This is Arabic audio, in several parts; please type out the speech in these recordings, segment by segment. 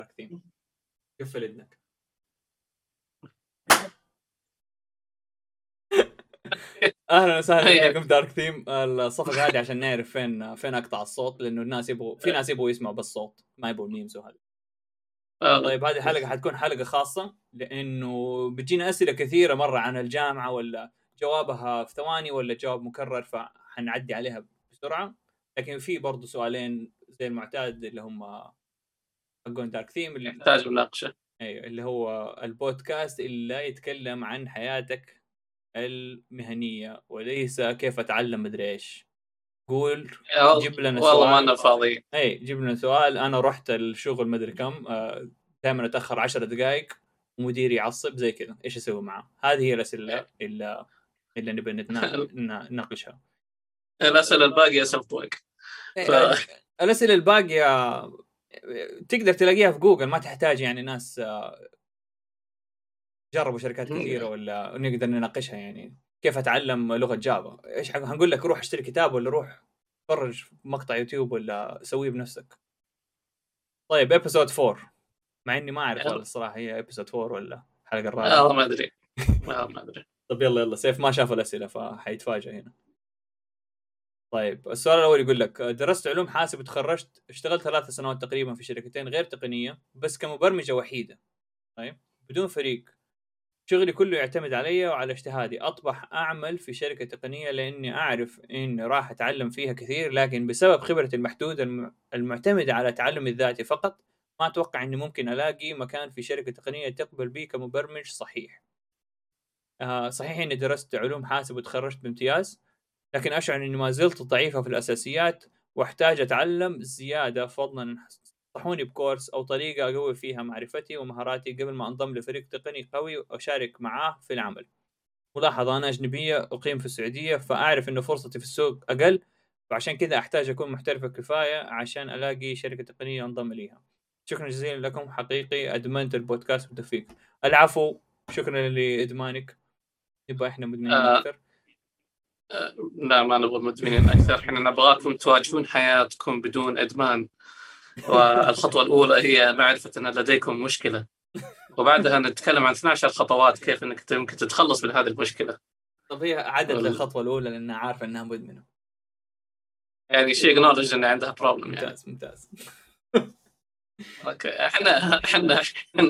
ثيم. قفل اذنك. اهلا وسهلا بكم دارك ثيم. الصفقه هذه عشان نعرف فين اقطع الصوت، لانه الناس يبغوا، في ناس يبغوا يسمعوا بالصوت ما يبغوا الميمز وهذا. طيب هذه الحلقه حتكون حلقه خاصه، لانه بتجينا اسئله كثيره مره عن الجامعه، ولا جوابها في ثواني ولا جواب مكرر، فحنعدي عليها بسرعه. لكن في برضو سؤالين زي المعتاد اللي هم حقون دارك ثيم اللي يحتاج مناقشه. ايوه، اللي هو البودكاست اللي يتكلم عن حياتك المهنيه وليس كيف اتعلم مدري ايش. قول جيب لنا سؤال. والله ما انا فاضي. اي جيب لنا سؤال. انا رحت الشغل مدري كم، دائما اتاخر 10 دقائق ومديري يعصب زي كذا، ايش اسوي معه؟ هذه هي الاسئله اللي نبي نناقشها. الاسئله الباقيه سبوق. الاسئله الباقيه تقدر تلاقيها في جوجل، ما تحتاج يعني ناس جربوا شركات كثيره ولا نقدر نناقشها. يعني كيف اتعلم لغه جافا؟ ايش هنقول لك؟ روح اشتري كتاب ولا روح اتفرج مقطع يوتيوب ولا سويه بنفسك. طيب ابيسود 4، مع اني ما اعرف والله الصراحه هي ابيسود 4 ولا الحلقه الرابعه. ما ادري ما ادري. طب يلا سيف ما شاف الاسئله فحيتفاجئ هنا. طيب السؤال الاول يقول لك درست علوم حاسب وتخرجت، اشتغلت 3 سنوات تقريبا في شركتين غير تقنيه بس كمبرمجه وحيده. طيب بدون فريق، شغلي كله يعتمد علي وعلى اجتهادي. أطمح أعمل في شركة تقنية لأني أعرف إني راح أتعلم فيها كثير، لكن بسبب خبرتي المحدودة المعتمدة على تعلم الذاتي فقط ما أتوقع إني ممكن ألاقي مكان في شركة تقنية تقبل بي كمبرمج صحيح. صحيح إني درست علوم حاسب وتخرجت بامتياز، لكن أشعر إني ما زلت ضعيفة في الأساسيات وأحتاج أتعلم زيادة. فضلا انصحوني بكورس أو طريقة أقوي فيها معرفتي ومهاراتي قبل ما أنضم لفريق تقني قوي وأشارك معاه في العمل. ملاحظة أنا أجنبية أقيم في السعودية، فأعرف إنه فرصتي في السوق أقل، وعشان كذا أحتاج أكون محترفة كفاية عشان ألاقي شركة تقنية أنضم ليها. شكرا جزيلا لكم، حقيقي أدمنت البودكاست بالتوفيق. العفو، شكرا لإدمانك. نبغى إحنا مدمنين أكثر. لا ما نبغى مدمنين أكثر، إحنا نبغاكم تواجهون حياتكم بدون إدمان. والخطوة الأولى هي معرفة أن لديكم مشكلة، وبعدها نتكلم عن 12 خطوات كيف أنك يمكن تتخلص من هذه المشكلة. طب هي عدت للخطوة الأولى لأنها عارفة أنها مدمنة، يعني شيء acknowledge أن عندها problem. ممتاز يعني. ممتاز. أوكي إحنا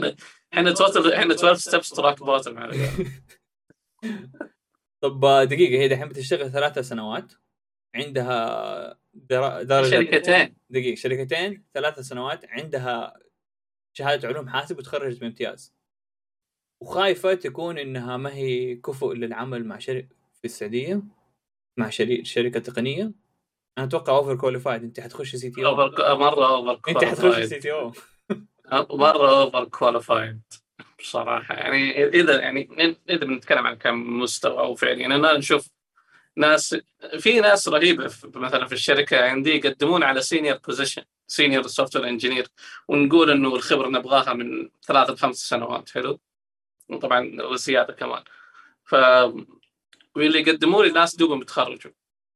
12 steps to rock bottom. طب دقيقة، هي دحين بتشتغل 3 سنوات، عندها درجة شركتين. دقيقة شركتين 3 سنوات، عندها شهادة علوم حاسب وتخرجت بامتياز، وخايفة تكون إنها ما هي كفؤ للعمل مع شركة في السعودية مع شركة تقنية. أنا أتوقع أوفر كواليفايد. أنت حتخش سي تي أو مرة أوفر أنت حتخش سي تي أو مرة أوفر كواليفايد بصراحة. يعني إذا بنتكلم عن كم مستوى أو فعليا، يعني أنا نشوف في ناس رهيبة مثلا في الشركة عندي يقدمون على سينيور بوزيشن، سينيور سوفتوير انجينير، ونقول إنه الخبرة نبغاها من 3 ل5 سنوات. حلو، وطبعا وزيادة كمان. واللي يقدمون الناس دوبهم بتخرجوا،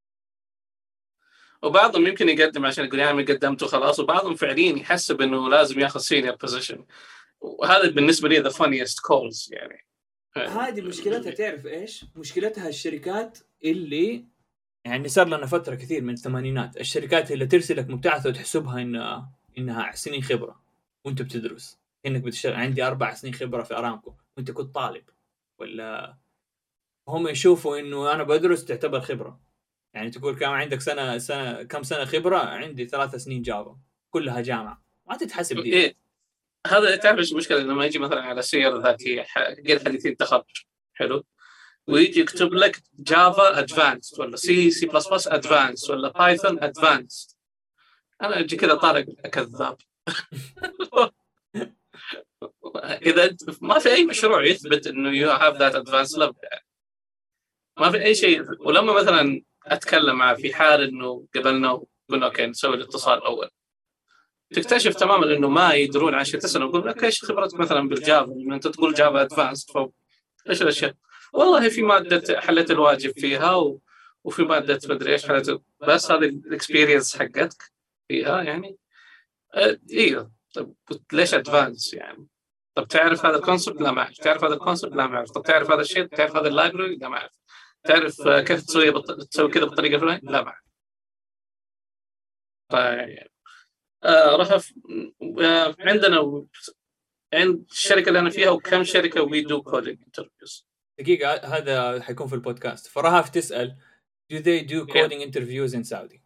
وبعضهم يمكن يقدم عشان يقول يعني قدمته خلاص، وبعضهم فعليا يحسب إنه لازم ياخذ سينيور بوزيشن. وهذا بالنسبة لي the funniest calls. يعني هذه مشكلتها، تعرف إيش مشكلتها؟ الشركات اللي يعني صار لنا فترة كثير من الثمانينات، الشركات اللي ترسلك مبتعثة وتحسبها إنها سنين خبرة وأنت بتدرس، إنك بتشتغل. عندي 4 سنين خبرة في أرامكو وأنت كنت طالب، ولا هم يشوفوا إنه أنا بدرس تعتبر خبرة. يعني تقول كم عندك كم سنة خبرة؟ عندي 3 سنين جافا كلها جامعة، ما تتحسب دي. إيه؟ هذا تعرف ايش المشكله؟ لما يجي مثلا على سير ذاتيه غير حديثين تخرج، حلو، ويجي يكتب لك جافا ادفانسد ولا سي بلس بلس ادفانسد ولا بايثون ادفانسد، انا اجي كذا طارق كذاب. اذا انت ما في اي مشروع يثبت انه يو هاف ذات ادفانس ليفل، ما في اي شيء. ولما مثلا اتكلم معه في حال انه قبلنا قلنا اوكي نسوي الاتصال الاول، تكتشف تماما انه ما يدرون عن شيء. تسأل اقول لك ايش خبرتك مثلا بالجافا؟ لما انت تقول جافا ادفانسد، ايش الاشياء؟ والله في ماده حلت الواجب فيها وفي ماده مدري ايش حلت، بس هذه الاكسبيرينس حقتك فيها يعني. ايوه طب ليش ادفانس يعني؟ طب تعرف هذا الكونسبت؟ لا ما اعرف. تعرف هذا الكونسبت؟ لا ما اعرف. طب تعرف هذا الشيء؟ تعرف هذا اللايبرري؟ لا ما اعرف. تعرف كيف تسوي كذا بالطريقه الفلانيه؟ لا ما اعرف. طيب عندنا عند الشركه اللي انا فيها وكم شركه وي دو كودينج انترفيوز. دقيقة، هذا حيكون في البودكاست. فرهف تسأل do they do coding interviews in Saudi؟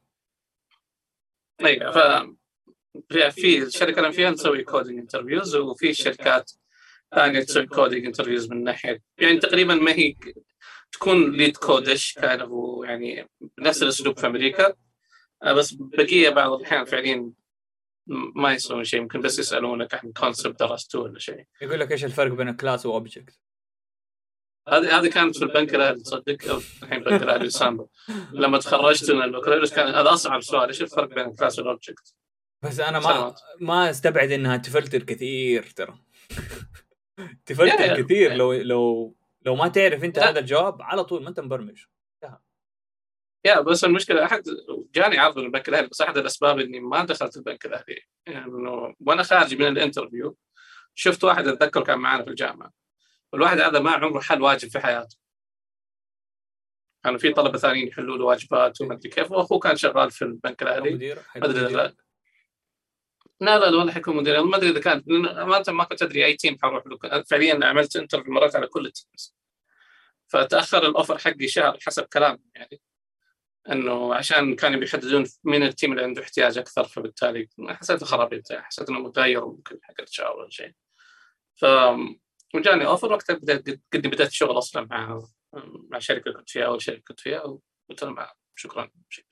ايوه، في الشركه اللي انا فيها نسوي كودينج انترفيوز، وفي شركات ثانيه تسوي كودينج انترفيوز من ناحيه يعني تقريبا ما هي تكون ليد كودش كان هو يعني نفس الاسلوب في امريكا، بس بقيه بعض الاحيان فعليا ما يسوون شيء، ممكن بس يسالونك عن كونسبت درسته ولا شيء. يقول لك ايش الفرق بين كلاس واوبجكت. هذه كانت في البنك الاهلي تصدق، او الحين بنك الاهلي سامبل لما تخرجت من البكالوريوس كان هذا اصعب سؤال، ايش الفرق بين الكلاس والاوبجكت. بس انا ما استبعد انها تفلتر كثير ترى. تفلتر كثير. لو ما تعرف انت هذا الجواب على طول ما انت مبرمج. يا بس المشكله احد جاني عرض من البنك الاهلي، بس احد الاسباب اني ما دخلت البنك الاهلي يعني انه وانا خارج من الانترفيو شفت واحد اتذكر كان معنا في الجامعه، والواحد هذا ما عمره حل واجب في حياته. كانوا في طلبه ثانيين يحلوا له واجبات وما ادري كيف، واخوه كان شغال في البنك الاهلي. ما ادري لا ولا حيكون مدير، ما ادري اذا كان ما كنت ادري اي تيم حروح له. فعليا عملت انترفيو مرات على كل التيمز، فتاخر الاوفر حقي شهر حسب كلام يعني، انه عشان كانوا بيحددون من التيم اللي عنده احتياج اكثر، فبالتالي حسيت خرابيط، حسيت انه متغير وممكن حق الشهر ولا شيء. وجاني اوفر وقتها بدأت شغل اصلا مع شركه كنت فيها، اول شركه كنت فيها، وقلت لهم شكرا مشيت.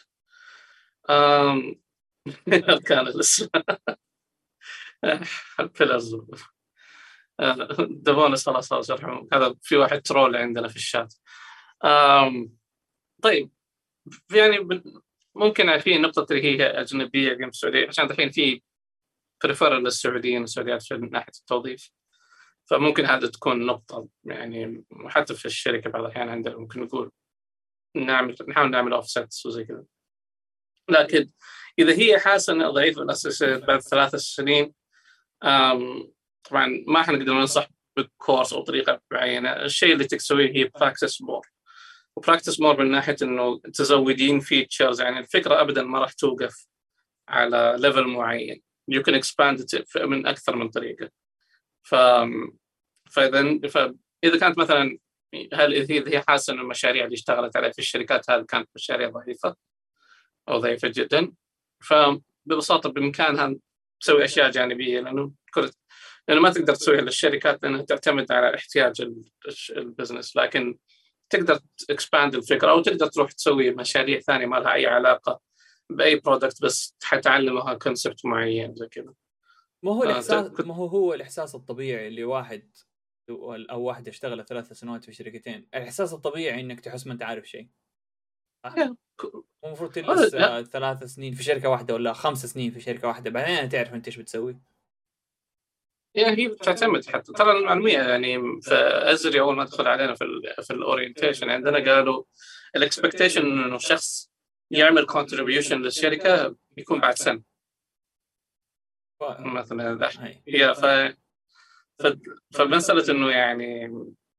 كان الاسم البيلرز دبونس خلاص يرحمهم. هذا في واحد ترول عندنا في الشات. طيب يعني ممكن في نقطة اللي هي أجنبية في السعودية، عشان الحين في بريفر للسعوديين والسعوديات في ناحية التوظيف، فممكن هذا تكون نقطة يعني. حتى في الشركة بعض الأحيان عندنا ممكن نقول نحاول نعمل أوفسيتس وزي كذا، لكن إذا هي حاسة أنها ضعيفة الأساسيات بعد 3 سنين، طبعا ما حنقدر ننصح بكورس أو طريقة معينة. الشيء اللي تسويه هي براكتس مور، وبراكتس مور من ناحية إنه تزودين فيتشرز. يعني الفكرة أبدا ما راح توقف على ليفل معين، you can expand it من أكثر من طريقة. فإذا كانت مثلا إذا هي حاسة إن المشاريع اللي اشتغلت عليها في الشركات هذه كانت مشاريع ضعيفة أو ضعيفة جدا، فببساطة بإمكانها تسوي أشياء جانبية، لأنه ما تقدر تسويها للشركات لأنها تعتمد على احتياج البزنس، لكن تقدر تكسباند الفكرة، أو تقدر تروح تسوي مشاريع ثانية ما لها أي علاقة بأي برودكت، بس حتعلمها كونسبت معين زي كذا. ما هو الإحساس ما هو الإحساس الطبيعي اللي واحد أو واحدة اشتغلت 3 سنوات في شركتين. الإحساس الطبيعي إنك تحس ما أنت عارف شيء. المفروض تجلس 3 سنين في شركة واحدة ولا 5 سنين في شركة واحدة، بعدين تعرف أنت إيش بتسوي. يعني هي تعتمد حتى ترى المعلومية يعني في أزري أول ما دخل علينا في الأورينتيشن عندنا قالوا الإكسبكتيشن إنه الشخص يعمل كونتريبيوشن للشركة يكون بعد سنة مثلا. هي فمسألة إنه يعني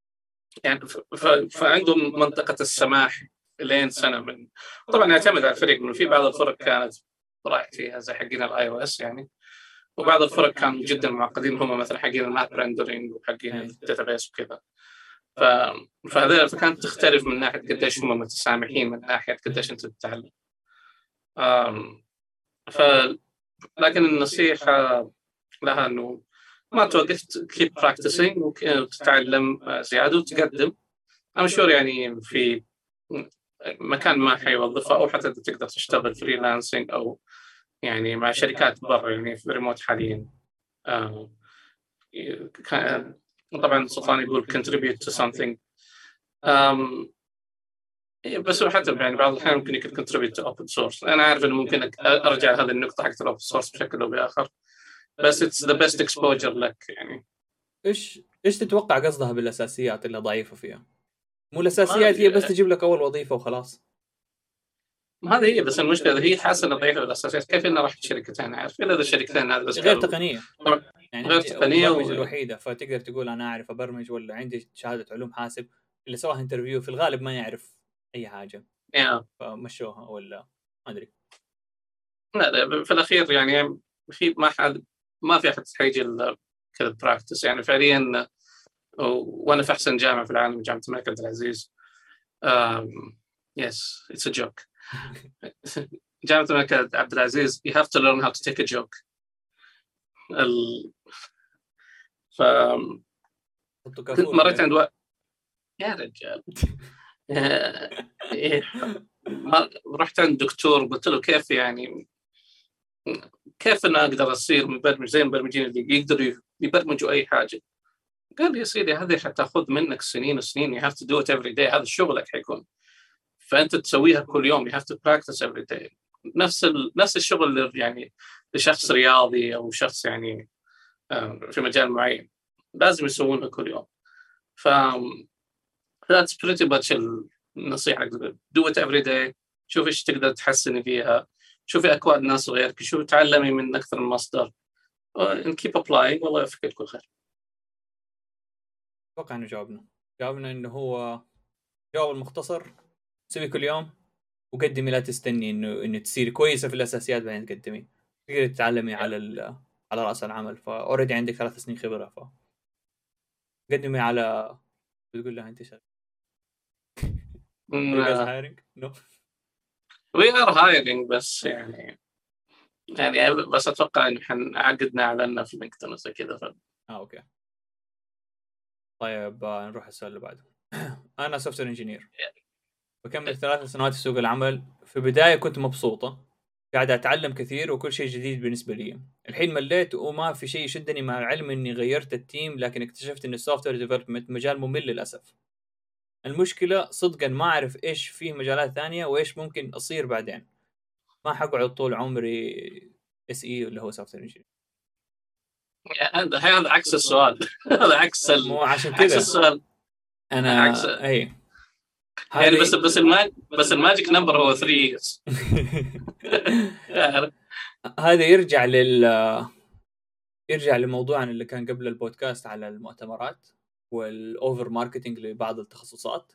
فعندهم منطقة السماح لين سنة من. طبعا يعتمد على الفريق، إنه في بعض الفرق كانت رايح فيها زي حقين الاي او اس يعني، وبعض الفرق كانوا جدا معقدين، هم مثلا حقين الماب ريندرينج وحقين الداتابيس وكذا. فكانت تختلف من ناحيه قديش هم متسامحين، من ناحيه قديش انت تتعلم. لكن النصيحه لها انه ما توقف، keep practicing وتتعلم زياده وتقدم. I'm sure يعني في مكان ما حيوظفها، او حتى تقدر تشتغل فريلانسنج او يعني مع شركات برا يعني في ريموت حاليا. طبعا سلطان يقول contribute to something، بس حتى يعني بعض الأحيان ممكن يكون contribute to open source. أنا عارف إنه ممكن أرجع هذه النقطة حق الopen source بشكل أو بآخر، بس it's the best exposure لك يعني. إيش تتوقع قصدها بالأساسيات اللي ضعيفة فيها؟ مو الأساسيات هي بس تجيب لك أول وظيفة وخلاص. هذه هي، بس المشكله هي حاسه ضعيفه الاساسيات. كيف انه راح شركتين؟ عارفين هذا الشركتين هذا بس غير تقنيه يعني، غير انت تقنيه مبرمج الوحيده، فتقدر تقول انا اعرف ابرمج ولا عندي شهاده علوم حاسب. اللي سواها انترفيو في الغالب ما يعرف اي حاجه، فمشوها ولا ما ادري. لا في الاخير يعني في ما في احد حيجي كذا براكتس يعني فعليا. وانا في احسن جامعه في العالم، جامعه الملك عبد العزيز. يس اتس ا جوك. جامعه الملك عبد العزيز you have to learn how to take a joke. ف كنت مريت عند يا رجال رحت عند دكتور قلت له كيف يعني كيف انا اقدر اصير مبرمج زي المبرمجين اللي يقدروا يبرمجوا اي حاجه. قال لي يا سيدي هذه حتاخذ منك سنين وسنين. you have to do it every day. هذا شغلك حيكون، فانت تسويها كل يوم. you have to practice every day. نفس الشغل اللي يعني لشخص رياضي او شخص يعني في مجال معين لازم يسوونه كل يوم. ف that's pretty much النصيحه. do it every day. شوف ايش تقدر تحسني فيها، شوفي اكواد ناس غيرك، شوفي تعلمي من اكثر من مصدر and keep applying. والله يوفقك كل خير. اتوقع انه جاوبنا انه هو جواب المختصر: سوي كل يوم وقدمي، لا تستني انه تصيري كويسه في الاساسيات بعدين تقدمي. تقدري تتعلمي على راس العمل، فاوريدي عندك 3 سنين خبره، قدمي على بتقول لها انت شغال هايرنج نو we are hiring بس يعني بس اتوقع انه عقدنا اعلنا في لينكدين زي كذا. اوكي طيب نروح السؤال اللي بعده. انا سوفت وير انجينير، بكمل 3 سنوات في سوق العمل. في البدايه كنت مبسوطه، قاعد اتعلم كثير وكل شيء جديد بالنسبه لي. الحين مليت وما في شيء يشدني، مع العلم اني غيرت التيم، لكن اكتشفت ان السوفت وير ديفلوبمنت مجال ممل للاسف. المشكله صدقا ما اعرف ايش فيه مجالات ثانيه وايش ممكن اصير بعدين. ما حقعد طول عمري اس اي اللي هو سوفت وير انجينير. هذا عكس السؤال. هذا عكس مو عشان كذا عكس السؤال. انا عكس اي يعني بس الماجيك نمبر هو 3 years. هذا يرجع لموضوعنا اللي كان قبل البودكاست على المؤتمرات والاوفر ماركتينج لبعض التخصصات.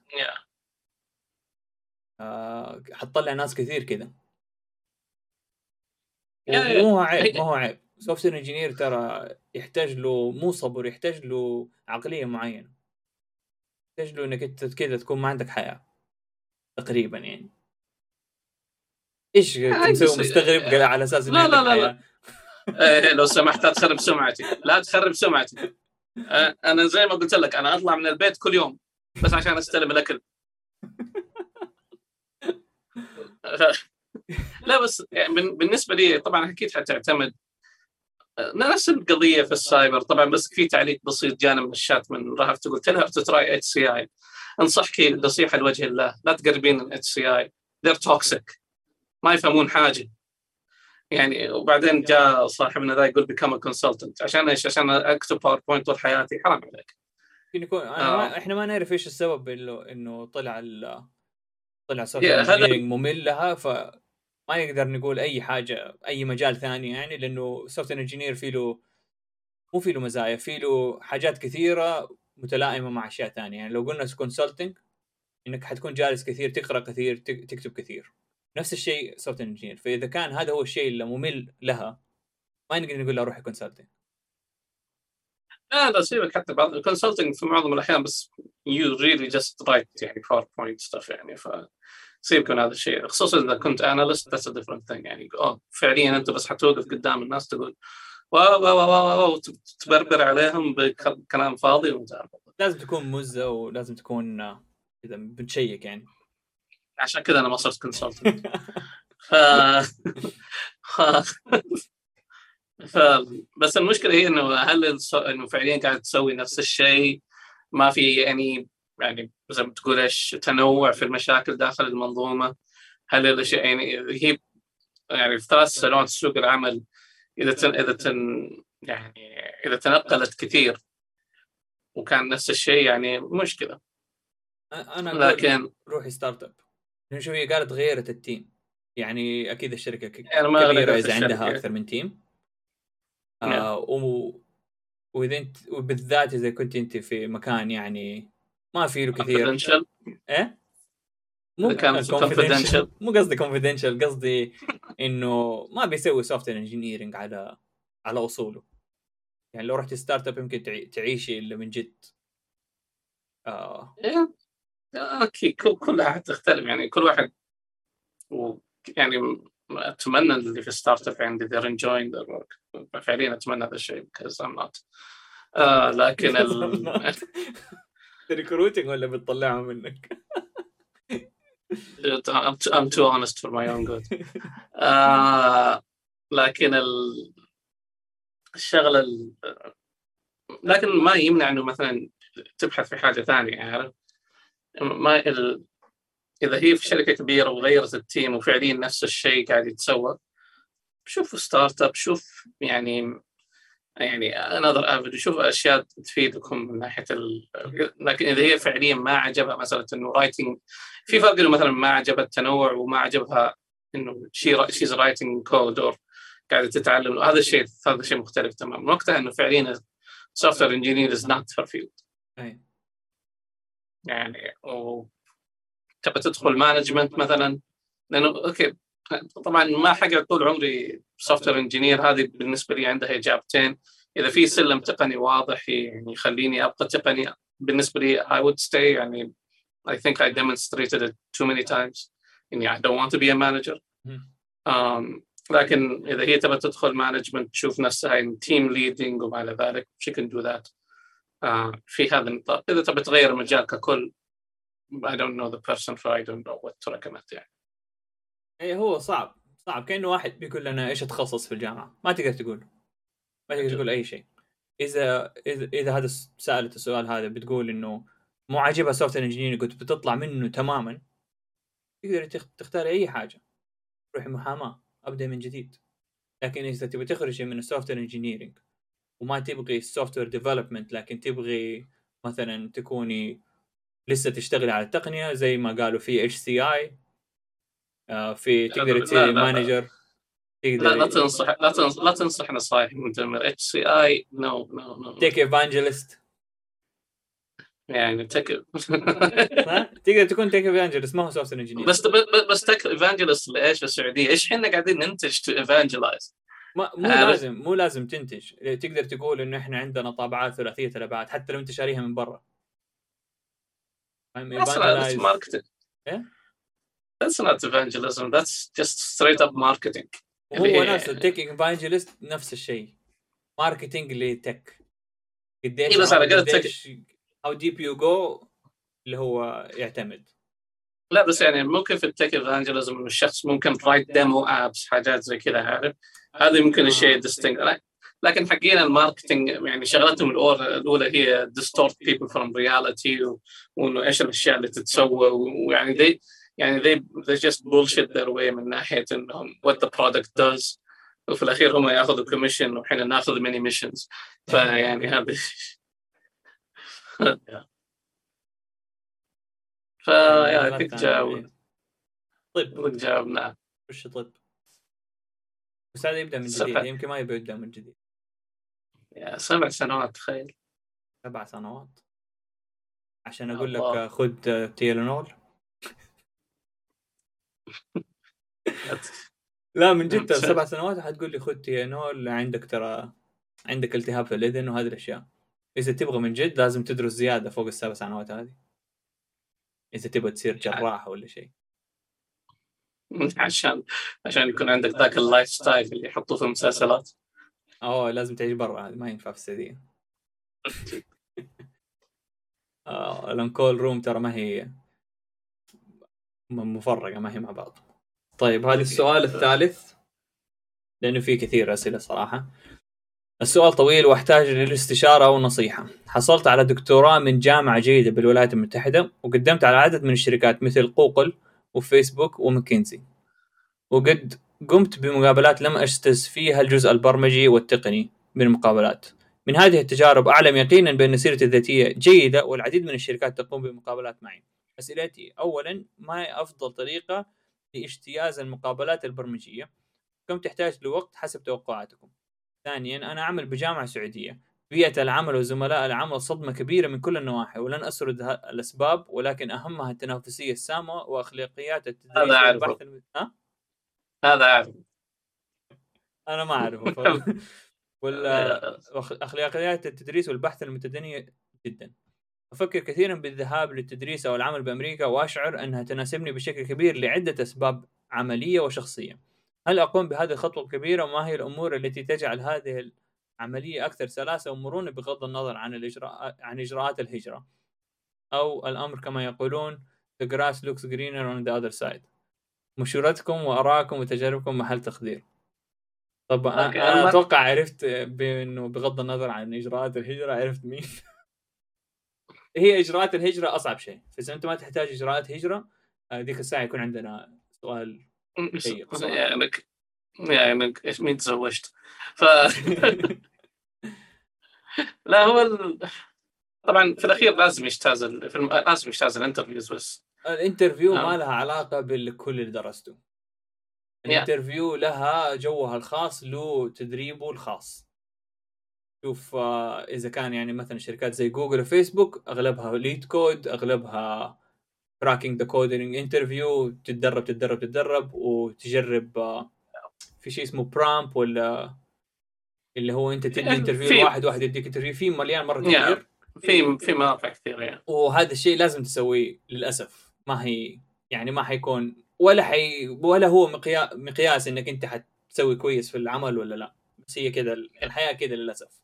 حتطلع ناس كثير كذا، ومو عيب، ما هو عيب. سوفت وير انجينير ترى يحتاج له مو صبر، يحتاج له عقليه معينه، يحتاج له انك انت كذا تكون ما عندك حياه تقريبا يعني. ايش مسوي مستغرب قال على اساس اني عندك حياه؟ لو سمحت لا تخرب سمعتي، لا تخرب سمعتي. انا زي ما قلت لك انا اطلع من البيت كل يوم بس عشان استلم الاكل. لا بس يعني بالنسبه لي طبعا اكيد حتعتمد نفس القضيه في السايبر طبعا. بس في تعليق بسيط جانا من الشات من رهف تقول تلها تتراي اتش سي اي. انصحك نصيحه لوجه الله لا تقربين الاتش سي اي. they're toxic، ما يفهمون حاجه يعني. وبعدين جاء صاحبنا ذا يقول become a consultant عشان ايش؟ عشان اكتب باوربوينت طول حياتي. حرام عليك. يكون احنا ما نعرف ايش السبب انه طلع سوفت وير انجينيرنج ممل لها، فما نقدر نقول اي حاجه اي مجال ثاني يعني، لانه سوفت وير انجينير في له مزايا، في له حاجات كثيره متلائمه مع اشياء ثانيه. يعني لو قلنا كونسلتنج انك حتكون جالس كثير، تقرا كثير، تكتب كثير. نفس الشيء سوفت وير انجينير. فاذا كان هذا هو الشيء اللي ممل لها ما نقدر نقول له روحي كونسلتنج. لا سيبك حتى بعض الكونسلتنج في معظم الاحيان بس you really just write يعني PowerPoint stuff يعني. سيبك من هذا الشيء، خصوصا اذا كنت analyst that's a different thing يعني. فعليا انت بس حتوقف قدام الناس تقول واو تبربر عليهم بكلام فاضي ومتعب. لازم تكون مزه ولازم تكون اذا بتشيك يعني. عشان كذا انا ما صرت كونسلتنت. بس المشكله هي انه هل انه فعليا قاعد تسوي نفس الشيء؟ ما في يعني زي ما تقول ايش تنوع في المشاكل داخل المنظومه؟ هل الاشياء يعني هي يعني في 3 سنوات سوق العمل اذا تنقلت كثير وكان نفس الشيء يعني مشكله. انا لكن روحي ستارت اب. شوفي قالت غيرت التيم، يعني اكيد الشركه يعني ما كبيره ذكرت اذا عندها الشركة. اكثر من تيم. واذا انت وبالذات اذا كنت انت في مكان يعني ما فيه له كثير. confidential. ايه إذا مو كان confidential confidential. مو قصدي confidential، قصدي انه ما بيسوي سوفت انجينيرنج على اصوله. يعني لو رحت ستارت اب يمكن تعيشي اللي من جد. إيه، اوكي، كلها تختلف يعني كل واحد. يعني اتمنى اللي في ستارت اب عندي they're enjoying their work. فعليا اتمنى هذا الشيء because I'm not. لكن ريكروتنج ولا بتطلعهم منك؟ I'm too honest for my own good. لكن الشغله لكن ما يمنع انه مثلا تبحث في حاجه ثانيه، عارف؟ ما اذا هي في شركه كبيره وغيرت التيم وفعليا نفس الشيء قاعد يتسوى، شوف ستارت اب، شوف يعني another avenue، شوف اشياء تفيدكم من ناحيه لكن اذا هي فعليا ما عجبها مساله انه رايتنج، في فرق انه مثلا ما عجبها التنوع وما عجبها انه she's writing code or قاعده تتعلم، هذا الشيء مختلف تماما. وقتها انه فعليا software engineer is not her field. يعني تبى تدخل مانجمنت مثلا، لانه اوكي طبعا ما حقعد طول عمري سوفتوير انجينير، هذه بالنسبه لي عندها اجابتين. اذا في سلم تقني واضح يعني يخليني ابقى تقني، بالنسبه لي I would stay. يعني I think I demonstrated it too many times يعني I don't want to be a manager. لكن اذا هي تبى تدخل مانجمنت تشوف نفسها in team leading وما الى ذلك she can do that. في هذا النطاق. اذا تبى تغير المجال ككل I don't know the person so I don't know what to recommend يعني. ايه هو صعب كأنه واحد بيقول لنا ايش اتخصص في الجامعة، ما تقدر تقول اي شيء. اذا هذا سألت السؤال هذا بتقول انه مو عاجبها سوفت انجينيرنج كنت بتطلع منه تماما، تقدر تختار اي حاجة، روحي محاماة ابدا من جديد. لكن اذا تبي تخرجي من السوفت انجينيرنج وما تبغي السوفت وير ديفلوبمنت، لكن تبغي مثلا تكوني لسه تشتغل على التقنية زي ما قالوا في HCI، في تقدر تصير مانجر. لا تنصح نصائح مدمر. HCI no تيك ايفانجلست يعني تقدر تكون تيك ايفانجلست، ما هو سوفت انجينير. بس تيك ايفانجلست لايش في السعوديه؟ ايش احنا قاعدين ننتج تو ايفانجلايز؟ مو لازم تنتج. تقدر تقول انه احنا عندنا طابعات ثلاثيه الابعاد حتى لو انت شاريها من برا. That's marketing. That's not evangelism. That's just straight up marketing. هو نفس التك ايفانجلست، نفس الشيء ماركتينج لتك. قديش بس على قديش how deep you go اللي هو يعتمد. لا بس يعني ممكن في التك ايفانجلزم انه الشخص ممكن رايت ديمو ابس حاجات زي كذا، عارف؟ هذا يمكن الشيء ديستنكت. لكن حقين الماركتينج يعني شغلتهم الاولى هي distort people from reality وانه ايش الاشياء اللي تتسوى، ويعني they just bullshit their way من ناحيه انهم what the product does، وفي الاخير هم ياخذوا كوميشن وحين ناخذ ميني ميشنز. فيعني هذا فيا كنت جاوب. طيب جاوبنا وش طيب؟ بس هذا يبدأ من جديد، يمكن ما يبدأ من جديد. يا 7 سنوات تخيل. 7 سنوات عشان أقول لك خذ تيلانول. لا من جد 7 سنوات حتقول لي خذ تيلانول، عندك ترى عندك التهاب في الإذن وهذه الأشياء. إذا تبغى من جد لازم تدرس زيادة فوق 7 سنوات هذه، إذا تبغى تصير جراح ولا شيء. عشان يكون عندك ذاك اللايف ستايل اللي يحطوه في المسلسلات. لازم تعيش برا، ما ينفع في السعودية. الانكول روم ترى ما هي مفرقة، ما هي مع بعض. طيب هذا السؤال الثالث لأنه فيه كثير أسئلة صراحة. السؤال طويل واحتاج للاستشارة أو نصيحة. حصلت على دكتوراه من جامعة جيدة بالولايات المتحدة، وقدمت على عدد من الشركات مثل جوجل وفيسبوك وماكنزي، وقد قمت بمقابلات لم أجتز فيها الجزء البرمجي والتقني من المقابلات. من هذه التجارب أعلم يقينا بأن سيرتي الذاتية جيدة، والعديد من الشركات تقوم بمقابلات معي. أسئلتي: أولا، ما هي أفضل طريقة لاجتياز المقابلات البرمجية؟ كم تحتاج لوقت حسب توقعاتكم؟ ثانيا، أنا أعمل بجامعة سعودية، بيئة العمل وزملاء العمل صدمة كبيرة من كل النواحي، ولن أسرد الأسباب، ولكن أهمها التنافسية السامة وأخلاقيات هذا التدريس أعرفه. والبحث هذا أعرف. أنا ما أعرفه أخلاقيات التدريس والبحث المتدنية جدا. أفكر كثيرا بالذهاب للتدريس أو العمل بأمريكا، وأشعر أنها تناسبني بشكل كبير لعدة أسباب عملية وشخصية. هل أقوم بهذه الخطوة الكبيرة؟ وما هي الأمور التي تجعل هذه العملية أكثر سلاسة ومرونة بغض النظر عن إجراءات الهجرة؟ أو الأمر كما يقولون the grass looks greener on the other side. مشورتكم وأراءكم وتجاربكم محل تقدير. طب أنا أتوقع عرفت بأنه بغض النظر عن إجراءات الهجرة عرفت مين. هي إجراءات الهجرة أصعب شيء، فإذا أنت ما تحتاج إجراءات هجرة ذيك الساعة يكون عندنا سؤال شيق صراحة. يعني إيش مين تزوجت؟ لا هو طبعا في الأخير لازم يجتاز الانترفيوز، بس الانترفيو ما لها علاقة بالكل اللي درسته. الانترفيو لها جوها الخاص، له تدريبه الخاص. شوف إذا كان يعني مثلا شركات زي جوجل وفيسبوك أغلبها ليد كود، أغلبها كراكينج ذا كودينج انترفيو، تتدرب وتجرب في شيء اسمه برامب، ولا اللي هو انت تدي انترفيو واحد يديك انترفيو، في مليان مره كثير، في مواقع كثير يعني. وهذا الشيء لازم تسويه للاسف. ما هي يعني ما حيكون ولا هو مقياس انك انت حتسوي كويس في العمل ولا لا، بس هي كده الحياه كده للاسف.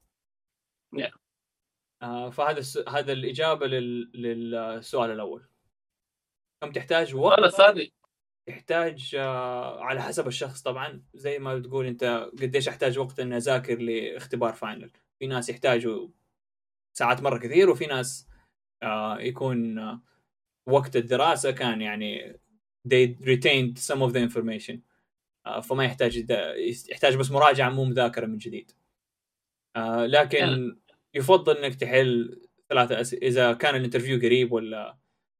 فهذا هذا الاجابه للسؤال الاول. كم تحتاج وقت؟ الثاني تحتاج على حسب الشخص طبعا. زي ما بتقول انت قديش احتاج وقت ان اذاكر لاختبار فاينل، في ناس يحتاجوا ساعات مره كثير، وفي ناس يكون وقت الدراسه كان يعني they retained some of the information، فما يحتاج بس مراجعه مو مذاكره من جديد. لكن يفضل انك تحل 3 أسئلة اذا كان الانترفيو قريب، ولا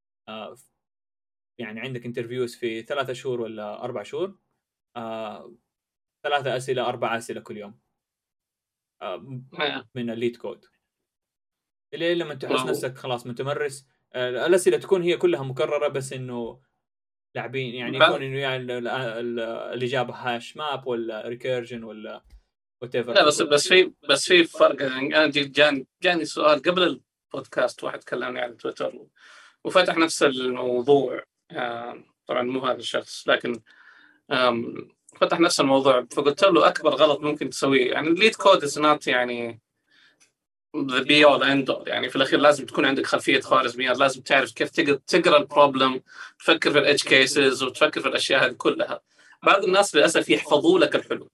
يعني عندك انترفيوز في 3 شهور ولا 4 شهور، 3 أسئلة 4 أسئلة كل يوم من الليد كود، اللي لما تحس نفسك خلاص متمرس. الأسئلة تكون هي كلها مكررة، بس إنه لاعبين يعني يكون إنه يعني الإجابة هاش ماب ولا ريكيرجن ولا whatever. لا بس في فرق. أنا جاني سؤال قبل البودكاست، واحد كلمني على تويتر وفتح نفس الموضوع. طبعا مو هذا الشخص، لكن فتح نفس الموضوع، فقلت له أكبر غلط ممكن تسويه يعني الليد كود is not يعني the be all end all. يعني في الأخير لازم تكون عندك خلفية خوارزميات، لازم تعرف كيف تقرأ البروبلم، تفكر في الإدج كيسز وتفكر في الأشياء هذه كلها. بعض الناس للأسف يحفظوا لك الحلول،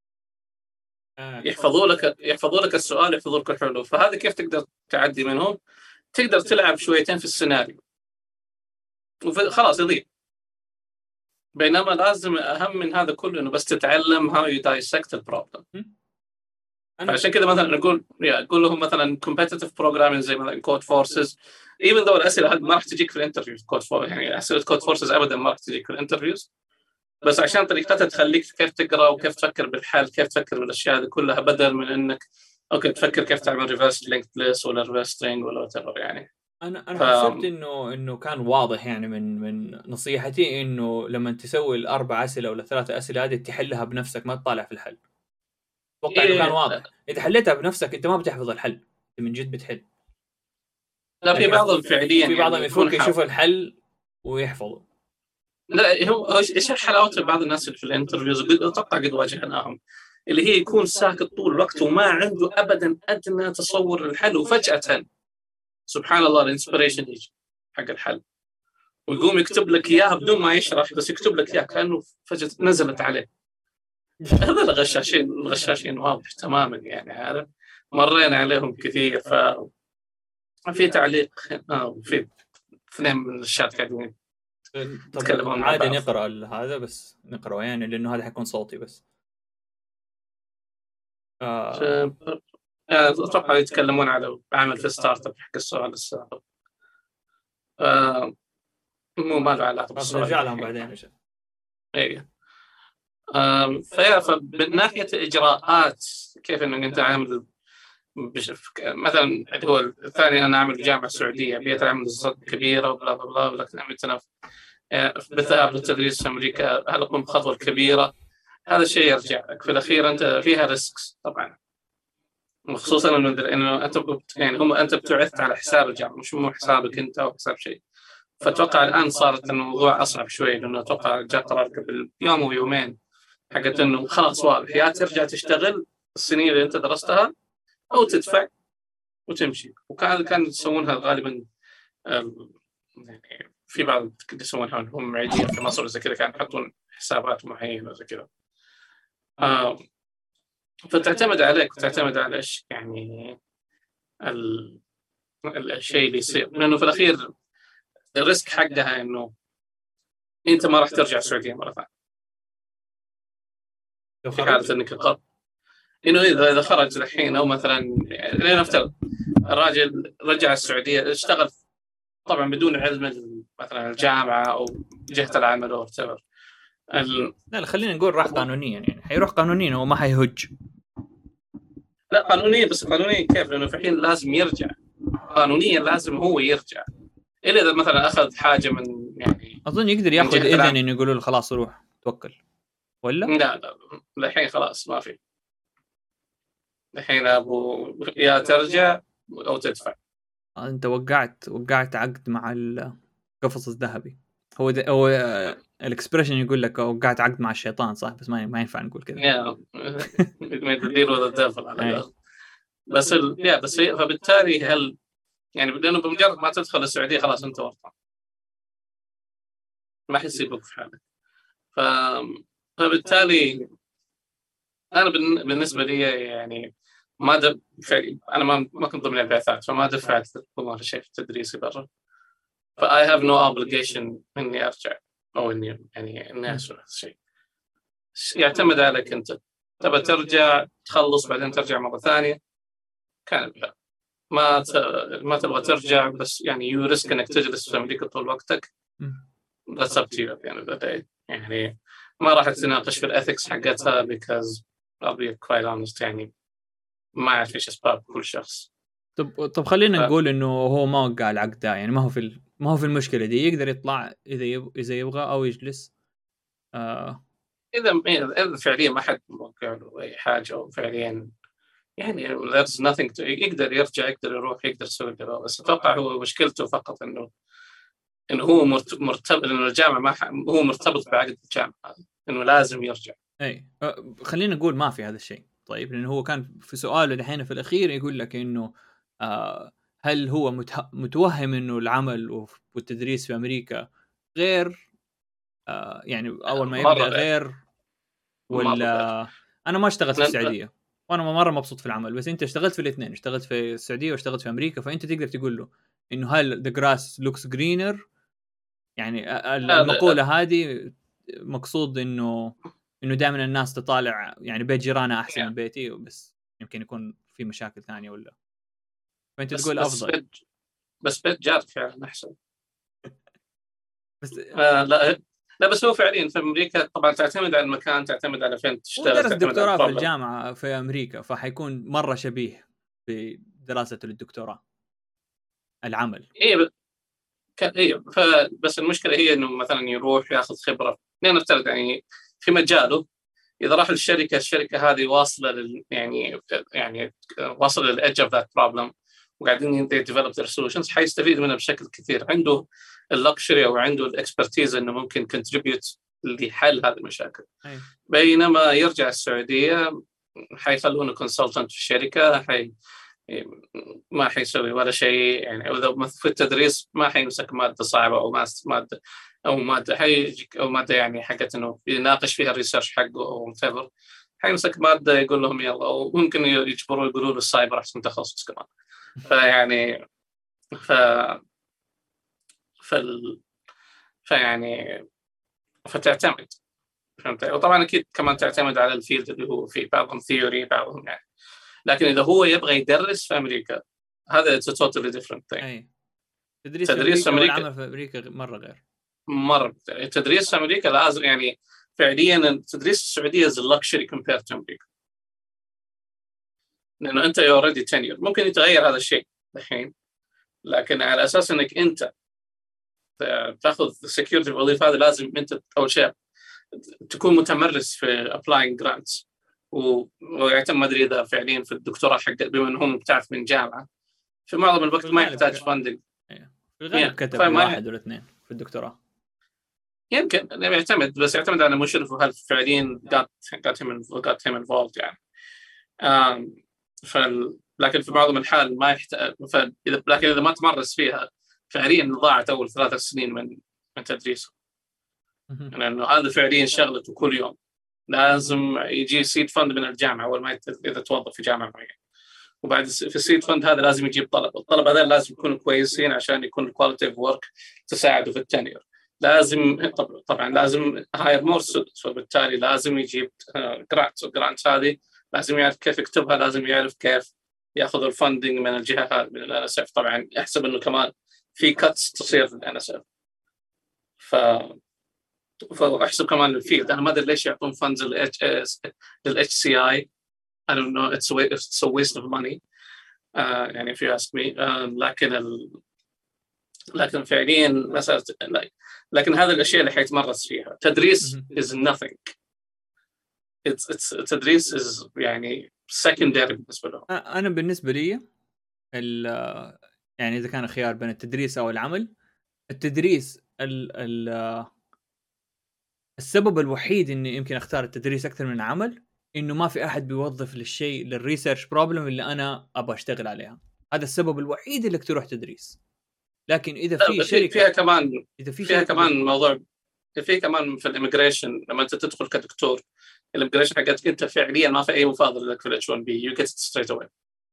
يحفظوا لك السؤال، يحفظوا لك الحلول. فهذا كيف تقدر تعدي منهم؟ تقدر تلعب شويتين في السيناريو وخلاص يضيع. بينما لازم أهم من هذا كله إنه بس تتعلم how you dissect the problem. فعشان كده مثلا أقول لهم مثلا competitive programming زي مثلا code forces، even though الأسئلة هذه ما راح تجيك في الانترفيوز code forces، يعني أسئلة code forces أبدا ما راح تجيك في الانترفيوز، بس عشان طريقتها تخليك كيف تقرأ وكيف تفكر بالحل، كيف تفكر بالأشياء هذه كلها، بدل من إنك أوكي تفكر كيف تعمل reverse linked list ولا reverse string ولا whatever يعني. أنا حسبت إنه كان واضح يعني من نصيحتي إنه لما تسوي ال4 أسئلة ولا 3 أسئلة هذه تحلها بنفسك، ما تطالع في الحل. أتوقع إنه كان واضح. إذا حليتها بنفسك أنت ما بتحفظ الحل، أنت من جد بتحل. لا في بعضهم فعليا في بعضهم يفوق يشوف الحل ويحفظه. لا هو ايش حلاوه بعض الناس اللي في الانترفيوز اتوقع قد واجهناهم، اللي هي يكون ساكت طول الوقت وما عنده ابدا ادنى تصور للحل، وفجاه سبحان الله الانسبريشن يجي حق الحل ويقوم يكتب لك اياها بدون ما يشرح، بس يكتب لك اياها كانه فجاه نزلت عليه. هذا الغشاشين واضح تماما يعني، عارف مرينا عليهم كثير. في تعليق في 2 من الشات قاعدين يتكلمون عادي. نقرأ هذا بس نقرأ يعني لأنه هذا حيكون صوتي بس. أتوقع يتكلمون على عمل في ستارت اب حق السؤال السابق. مو ما له علاقة بالسؤال. نرجع لهم بعدين. ايه. فمن ناحيه الاجراءات كيف انك انت عامل مثلا اللي هو الثاني انا اعمل جامعه سعوديه بيئه العمل كبيره وبلا بلا بلا، لكن بالذهاب للتدريس في امريكا هل اقوم بخطوه كبيره؟ هذا الشيء يرجع لك في الاخير، انت فيها ريسكس طبعا، وخصوصا انه انت يعني انت بتعث على حساب الجامعه مش مو حسابك انت او حساب شيء. فاتوقع الان صارت الموضوع اصعب شوي، لانه اتوقع جاء قرار قبل يوم او يومين حقت انه خلاص واضح يا ترجع تشتغل السنين اللي انت درستها او تدفع وتمشي. كان يسوونها غالبا يعني في بعض يسوونها هم معيدين في مصر زي كذا، كانوا يحطون حسابات معينه زي كذا. فتعتمد عليك وتعتمد على يعني الشيء اللي يصير، لانه في الاخير الريسك حقها انه انت ما راح ترجع السعوديه مره ثانيه في حاله انك انه اذا خرج الحين او مثلا لنفترض الراجل رجع السعوديه اشتغل طبعا بدون علم مثلا الجامعه او جهه العمل او whatever. لا خلينا نقول راح قانونيا، يعني حيروح قانونيا وما حيهج. لا قانونيا، بس قانونيا كيف؟ لانه في الحين لازم يرجع قانونيا، لازم هو يرجع الا اذا مثلا اخذ حاجه من يعني اظن يقدر ياخذ اذن انه يقولوا له خلاص روح توكل ولا لا الحين خلاص ما في. الحين ابو يا ترجع او تدفع. انت وقعت عقد مع القفص الذهبي. هو الاكسبريشن يقول لك وقعت عقد مع الشيطان صح، بس ما ينفع نقول كذا. بس فبالتالي هل يعني لانه بمجرد ما تدخل السعوديه خلاص انت ورطان، ما حيسيبك في حالك. فبالتالي انا بالنسبه لي يعني انا ما كنت ضمن البعثات، فما دفعت والله شيء في تدريسي برا. I have no obligation اني ارجع او اني اسوي شيء. يعتمد عليك انت، تبى ترجع تخلص بعدين ترجع مره ثانيه كان لا، ما تبغى ترجع بس يعني يو ريسك انك تجلس في امريكا طول وقتك. That's up to you يعني ما راح تناقش في الاثكس حقتها because I'll be quite honest يعني ما اعرف ايش اسباب كل شخص. طب خلينا نقول انه هو ما وقع العقد ده، يعني ما هو في المشكله دي، يقدر يطلع اذا يبغى او يجلس. اذا فعليا ما حد موقع له اي حاجه او فعليا يعني there's nothing يقدر يرجع، يقدر يروح، يقدر يسوي كذا. بس اتوقع هو مشكلته فقط انه هو مرتبط، انه الجامعه ما هو مرتبط بعقد الجامعه انه لازم يرجع. اي خلينا نقول ما في هذا الشيء. طيب لانه هو كان في سؤاله الحين في الاخير يقول لك انه هل هو متوهم انه العمل والتدريس في امريكا غير يعني اول ما يبدا غير ولا انا ما اشتغلت في السعوديه وانا مره مبسوط في العمل، بس انت اشتغلت في الاثنين، اشتغلت في السعوديه واشتغلت في امريكا، فانت تقدر تقول له انه هل the grass looks greener، يعني المقوله هذه مقصود انه دائما الناس تطالع يعني بيت جيرانها احسن من بيتي، بس يمكن يكون في مشاكل ثانيه ولا فانت تقول افضل بس بيت جار فعلا احسن. بس لا بس هو فعليا في امريكا طبعا تعتمد على المكان، تعتمد على فين تشتغل. درس دكتوراه في الجامعه في امريكا، فحيكون مره شبيه بدراسته للدكتوراه العمل. بس المشكله هي انه مثلا يروح ياخذ خبره، نفترض يعني في مجاله، اذا راح للشركه، الشركه هذه واصله يعني واصله للإدج اوف ذات بروبلم وقاعدين يديفلوب ذير سولوشنز، حيستفيد منها بشكل كثير. عنده اللكشري او عنده الاكسبرتيز انه ممكن كونتريبيوت لحل هذه المشاكل. بينما يرجع السعوديه حيخلونه كونسلتنت في الشركه، ما حيسوي ولا شيء يعني. اذا في التدريس ما حيمسك ماده صعبه او ماده حيجيك او ماده يعني حقت انه يناقش فيها الريسيرش حقه او whatever، حيمسك ماده يقول لهم يلا، وممكن يجبروا يقولوا له السايبر احسن تخصص كمان. فيعني فيعني فتعتمد، فهمت؟ وطبعا اكيد كمان تعتمد على الفيلد اللي هو فيه، بعضهم ثيوري بعضهم يعني. لكن اذا هو يبغى يدرس في امريكا هذا it's a totally different thing. اي تدريس في امريكا والعمل في امريكا مره غير. التدريس في امريكا لازم يعني فعليا التدريس في السعوديه is a luxury compared to أمريكا، لانه انت already tenure. ممكن يتغير هذا الشيء الحين، لكن على اساس انك انت تاخذ security الوظيفه هذه لازم انت اول شيء تكون متمرس في applying grants، ويعتمد ما ادري اذا فعليا في الدكتوراه حق بما انهم بتعرف من جامعه في معظم الوقت ما يحتاج فاندنج. في الغالب كتب واحد ولا اثنين في الدكتوراه، يمكن يعتمد، بس يعتمد على مشرف وهل فعليا got him involved يعني. لكن في معظم الحال ما يحتاج، لكن اذا ما تمرس فيها فعليا ضاعت اول 3 سنين من تدريسه، لانه هذا فعليا شغلته كل يوم. لازم يجي سيد فند من الجامعه اول ما اذا توظف في جامعه معينه، وبعد في السيد فند هذا لازم يجيب الطلبه هذول لازم يكونوا كويسين عشان يكون الكواليتي اوف ورك تساعده في التنير. لازم طبعا لازم هاير مور ستودنتس، وبالتالي لازم يجيب جرانتس هذه لازم يعرف كيف يكتبها، لازم يعرف كيف ياخذ الفندنج من الجهه هذه من الNSF. طبعا يحسب انه كمان في كاتس تصير في الNSF، فاحسب كمان الفيلد. انا ما ادري ليش يعطون فندز للHCI. I don't know, it's a waste of money يعني if you ask me. لكن فعليا مسألة، لكن هذه الأشياء اللي حيتمرس فيها. تدريس is nothing. تدريس is يعني secondary بالنسبة له. أنا بالنسبة لي يعني إذا كان خيار بين التدريس أو العمل، التدريس السبب الوحيد إني يمكن أختار التدريس أكثر من العمل إنه ما في أحد بيوظف للشيء للريسيرش بروبلم اللي أنا أبغى أشتغل عليها. هذا السبب الوحيد اللي تروح تدريس. لكن إذا في شركة فيها كمان، فيها كمان موضوع، في كمان في الإميجريشن لما أنت تدخل كدكتور الإميجريشن حقتك أنت فعليا ما في أي مفاضل لك في الH1B. you get it straight away.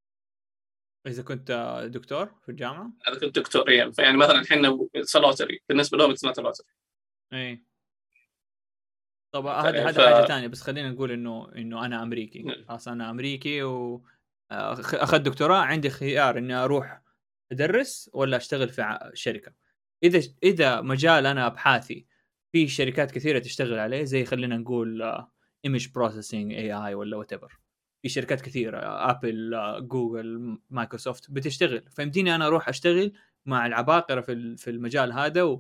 إذا كنت دكتور في الجامعة؟ إذا كنت دكتور يعني مثلا الحين سلوتري بالنسبة لهم it's not a lottery. إيه. طب هذا حاجة تانية، بس خلينا نقول إنه أنا أمريكي، خلاص أنا أمريكي وأخذ دكتوراه، عندي خيار إني أروح أدرس ولا أشتغل في شركة. إذا مجال أنا أبحاثي في شركات كثيرة تشتغل عليه، زي خلينا نقول image processing AI ولا whatever، في شركات كثيرة أبل جوجل مايكروسوفت بتشتغل، فيمديني أنا أروح أشتغل مع العباقرة في المجال هذا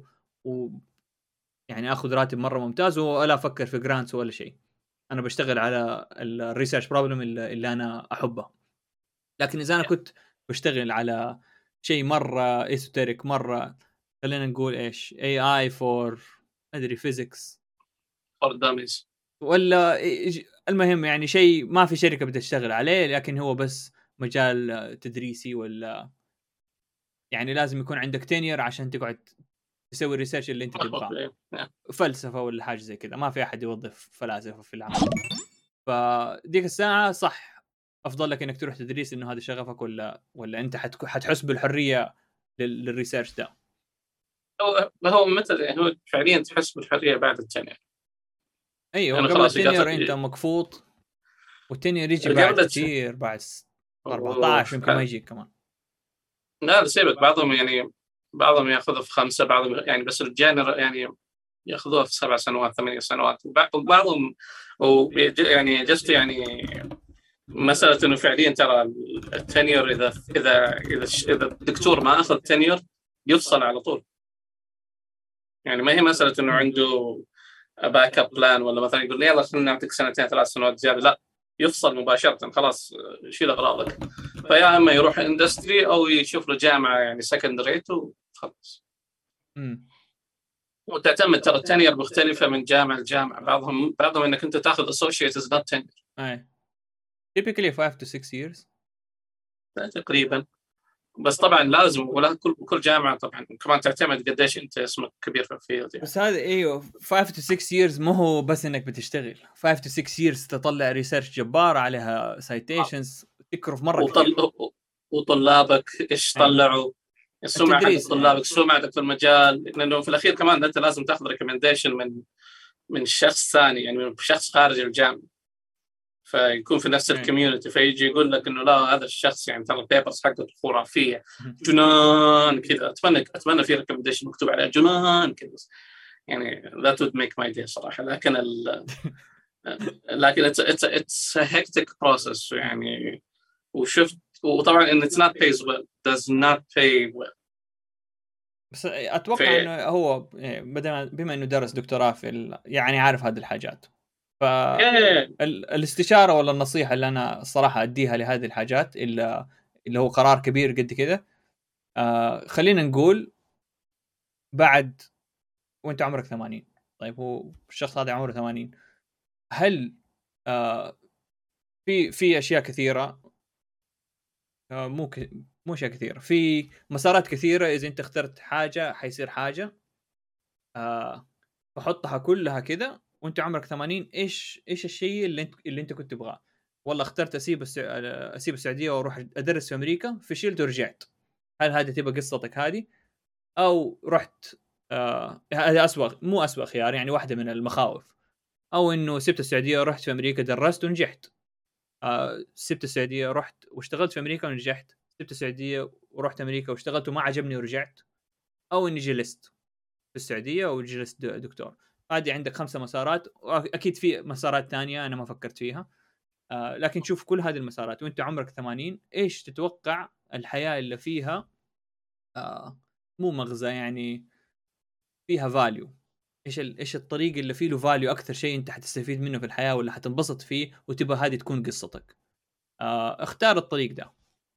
يعني أخذ راتب مرة ممتاز ولا أفكر في جرانتس ولا شيء. أنا بشتغل على الريسيرش بروبلم اللي أنا أحبه. لكن إذا أنا كنت بشتغل على شيء مرة إيسوتيريك، مرة خلينا نقول إيش AI for أدري physics for dummies ولا المهم يعني شيء ما في شركة بتشتغل عليه، لكن هو بس مجال تدريسي، ولا يعني لازم يكون عندك تينير عشان تقعد تسوي الريسيرش اللي انت تبغاه، فلسفة ولا حاجة زي كذا. ما في أحد يوظف فلاسفة في العمل. فديك الساعة صح أفضل لك إنك تروح تدريس إنه هذا شغفك، ولا أنت حتحس بالحرية للريسيرش ده. هو مثل يعني هو فعليا تحس بالحرية بعد التنير. أيوة قبل التنير أنت مكفوط، والتنير يجي بعد كتير، بعد 14 يمكن ما يجي كمان. لا سيبك، بعضهم ياخذه في 5، بعضهم يعني بس الجانر يعني ياخذوها في 7 سنوات 8 سنوات، وبعضهم يعني جست يعني مسألة إنه فعليا ترى التنير إذا الدكتور ما أخذ تنير يفصل على طول. يعني ما هي مسألة إنه عنده باك اب بلان ولا مثلا يقول لي يلا خلينا نعطيك 2 3 سنوات زيادة، لا يفصل مباشرة خلاص شيل أغراضك. فيا إما يروح اندستري أو يشوف له جامعة يعني سكند ريت وخلاص. وتعتمد ترى التنير مختلفة من جامعة لجامعة. بعضهم إنك أنت تأخذ associate is not tenure. أي typically 5 to 6 years تقريبا. بس طبعا لازم، ولا كل جامعة طبعا كمان تعتمد قديش أنت اسمك كبير في الفيلد يعني. بس هذا أيوه 5 to 6 years ما هو بس إنك بتشتغل 5 to 6 years تطلع ريسيرش جبارة عليها citations تكرف مرة كثير. وطلابك إيش طلعوا، السمعة حق طلابك، سمعتك في المجال، لأنه في الأخير كمان أنت لازم تأخذ recommendation من شخص ثاني، يعني من شخص خارج الجامعة، فيكون في نفس الكوميونتي، فيجي يقول لك إنه لا هذا الشخص يعني ترى البيبرز حقته خرافية جنان كذا. أتمنى في recommendation مكتوب عليها جنان كذا. يعني that would make my day صراحة. لكن it's a hectic process يعني. وشفت وطبعا ان it's not pays well does not pay well. بس اتوقع انه هو بما انه درس دكتوراه في يعني عارف هذه الحاجات. فالاستشاره ولا النصيحه اللي انا الصراحه اديها لهذه الحاجات اللي هو قرار كبير قد كده، خلينا نقول بعد وانت عمرك 80. طيب هو الشخص هذا عمره 80، هل في اشياء كثيره، مو اشياء كثيره، في مسارات كثيره. اذا انت اخترت حاجه حيصير حاجه، فحطها كلها كده وانت عمرك 80. ايش الشيء اللي انت كنت تبغاه؟ والله اخترت اسيب السعوديه واروح ادرس في امريكا، فشلت ورجعت. هل هذه تبقى قصتك هذه؟ او رحت هذا مو اسوأ خيار، يعني واحده من المخاوف. او انه سبت السعوديه ورحت في امريكا درست ونجحت. سبت السعوديه رحت واشتغلت في امريكا ونجحت. سبت السعوديه ورحت امريكا واشتغلت وما عجبني ورجعت. او اني جلست في السعوديه وجلست دكتور. هذه عندك 5 مسارات، اكيد في مسارات ثانيه انا ما فكرت فيها. لكن شوف كل هذه المسارات وانت عمرك 80، ايش تتوقع الحياه اللي فيها مو مغزى، يعني فيها فاليو؟ ايش الطريق اللي فيه له فاليو اكثر شيء انت حتستفيد منه في الحياه ولا حتنبسط فيه وتبغى هذه تكون قصتك؟ اختار الطريق ده.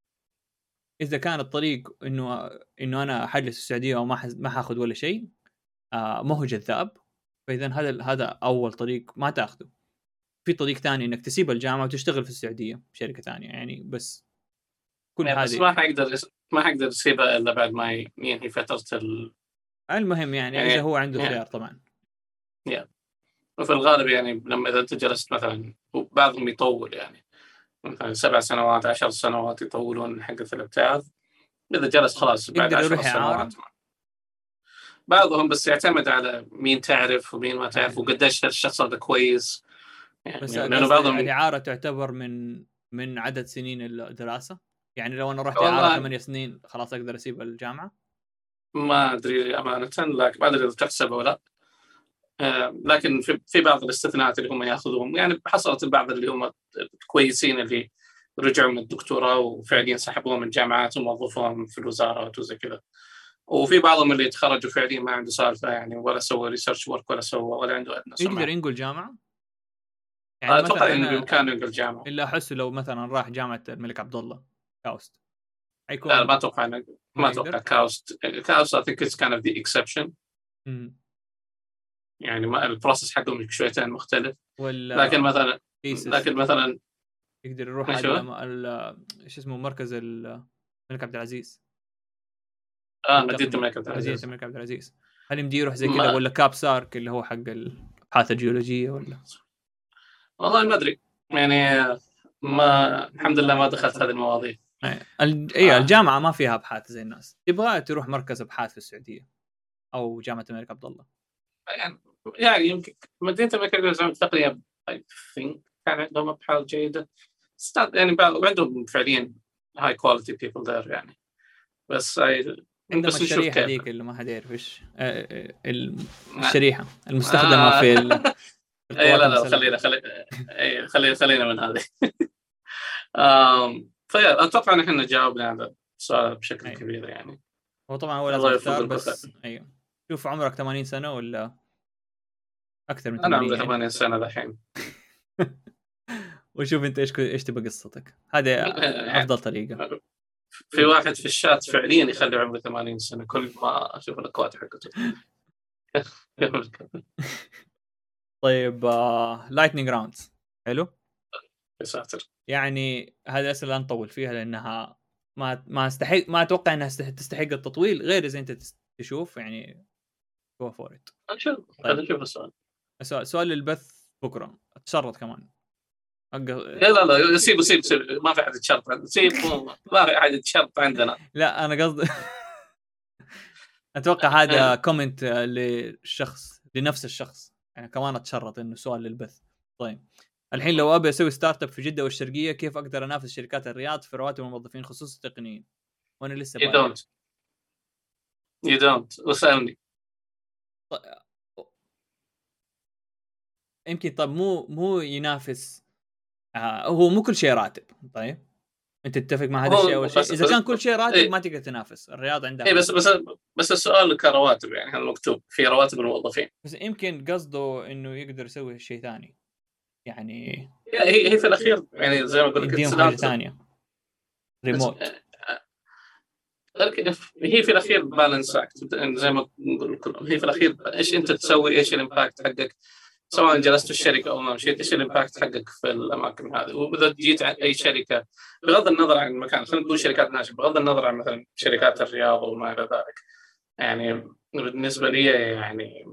اذا كان الطريق انه انا حجلس السعوديه وما حاخذ ولا شيء، ما هو جذاب، فاذا هذا اول طريق ما تاخذه. في طريق ثاني انك تسيب الجامعه وتشتغل في السعوديه بشركه ثانيه يعني. بس كل هذه بس ما حقدر اسيبها الا بعد ما ينهي فتره المهم يعني اذا هو عنده خيار طبعا. وفي الغالب يعني لما اذا انت جلست مثلا، وبعضهم يطول يعني مثلا 7 سنوات 10 سنوات يطولون حق الابتعاث. اذا جلس خلاص بعد 10 سنوات بعضهم، بس يعتمد على مين تعرف ومين ما تعرف وقديش الشخص هذا كويس يعني. بس لانه بعضهم الاعاره تعتبر من عدد سنين الدراسه. يعني لو انا رحت اعاره 8 سنين خلاص اقدر اسيب الجامعه. ما ادري امانه، لكن ما ادري اذا تحسب ولا لا. لكن في بعض الاستثناءات اللي هم ياخذوهم يعني. حصلت البعض اللي هم كويسين اللي رجعوا من الدكتوراه وفعليا سحبوهم من جامعات ووظفوهم في الوزارات وزي كذا. وفي بعضهم اللي تخرجوا فعليا ما عنده سالفه يعني، ولا سوى ريسيرش ورك ولا عنده ادنى سمعه. يقدر ينقل جامعه يعني اتوقع انه بامكانه ينقل جامعه. الا احس لو مثلا راح جامعه الملك عبد الله كاوست حيكون لا ما اتوقع ما اتوقع كاوست I think it's kind of the exception. يعني ما البروسس حقهم شويتين مختلف. لكن مثلا يقدر يروح على ايش اسمه مركز الملك عبد العزيز. مدينة الملك عبد العزيز. هل يمدي يروح زي كذا ولا كاب سارك اللي هو حق الابحاث الجيولوجيه ولا؟ والله ما ادري يعني. ما الحمد لله ما دخلت هذه المواضيع. الجامعه ما فيها ابحاث زي الناس. تبغى تروح مركز ابحاث في السعوديه او جامعه الملك عبد الله. يعني يمكن مدينه الملك عبد العزيز تقريبا I think كان عندهم ابحاث جيده يعني. عندهم فعليا high quality people there يعني. بس عندما الشريحه ذيك اللي ما حد يعرف ايش الشريحه المستخدمه في لا خلينا من هذه. فأتوقع ان احنا جاوبنا هذا السؤال بشكل كبير يعني. هو طبعا هو لازم يختار بس. ايوه شوف عمرك 80 سنه ولا اكثر من 80؟ انا عمري 80 سنه الحين. وشوف انت ايش تبغى قصتك. هذا افضل طريقه. في واحد في الشات فعليا يخلي عمره 80 سنه كل ما اشوف الاكواد حقته. طيب لايتنينج راوندز حلو. يا ساتر. يعني هذه الاسئله لا نطول فيها لانها ما اتوقع انها تستحق التطويل غير اذا انت تشوف يعني. جو فور ات. نشوف السؤال. سؤال البث بكره اتشرط كمان. لا سيب ما في احد يتشرط. سيب ما في احد يتشرط عندنا. لا انا قصدي اتوقع هذا كومنت لنفس الشخص يعني. كمان اتشرط انه سؤال للبث. طيب الحين لو ابي اسوي ستارت اب في جده والشرقيه كيف اقدر انافس شركات الرياض في رواتب الموظفين خصوصا التقنيين وانا لسه you don't وسألني. يمكن طب مو ينافس. هو مو كل شيء راتب. طيب انت تتفق مع هذا الشيء اول شيء؟ اذا كان كل شيء راتب ما تقدر تنافس. الرياض عندها اي بس السؤال كرواتب، يعني هل مكتوب في رواتب الموظفين؟ بس يمكن قصده انه يقدر يسوي شيء ثاني يعني. هي في الاخير يعني زي ما قلت يديهم حاجه ثانيه ريموت. هي في الاخير بالانس اكت، زي ما نقول كلهم. هي في الاخير ايش انت تسوي، ايش الامباكت حقك، سواء جلست في الشركه او ما مشيت، ايش الامباكت حقك في الاماكن هذه. واذا جيت عن اي شركه بغض النظر عن المكان، خلينا نقول شركات ناشئه بغض النظر عن مثلا شركات الرياض وما الى ذلك، يعني بالنسبه لي يعني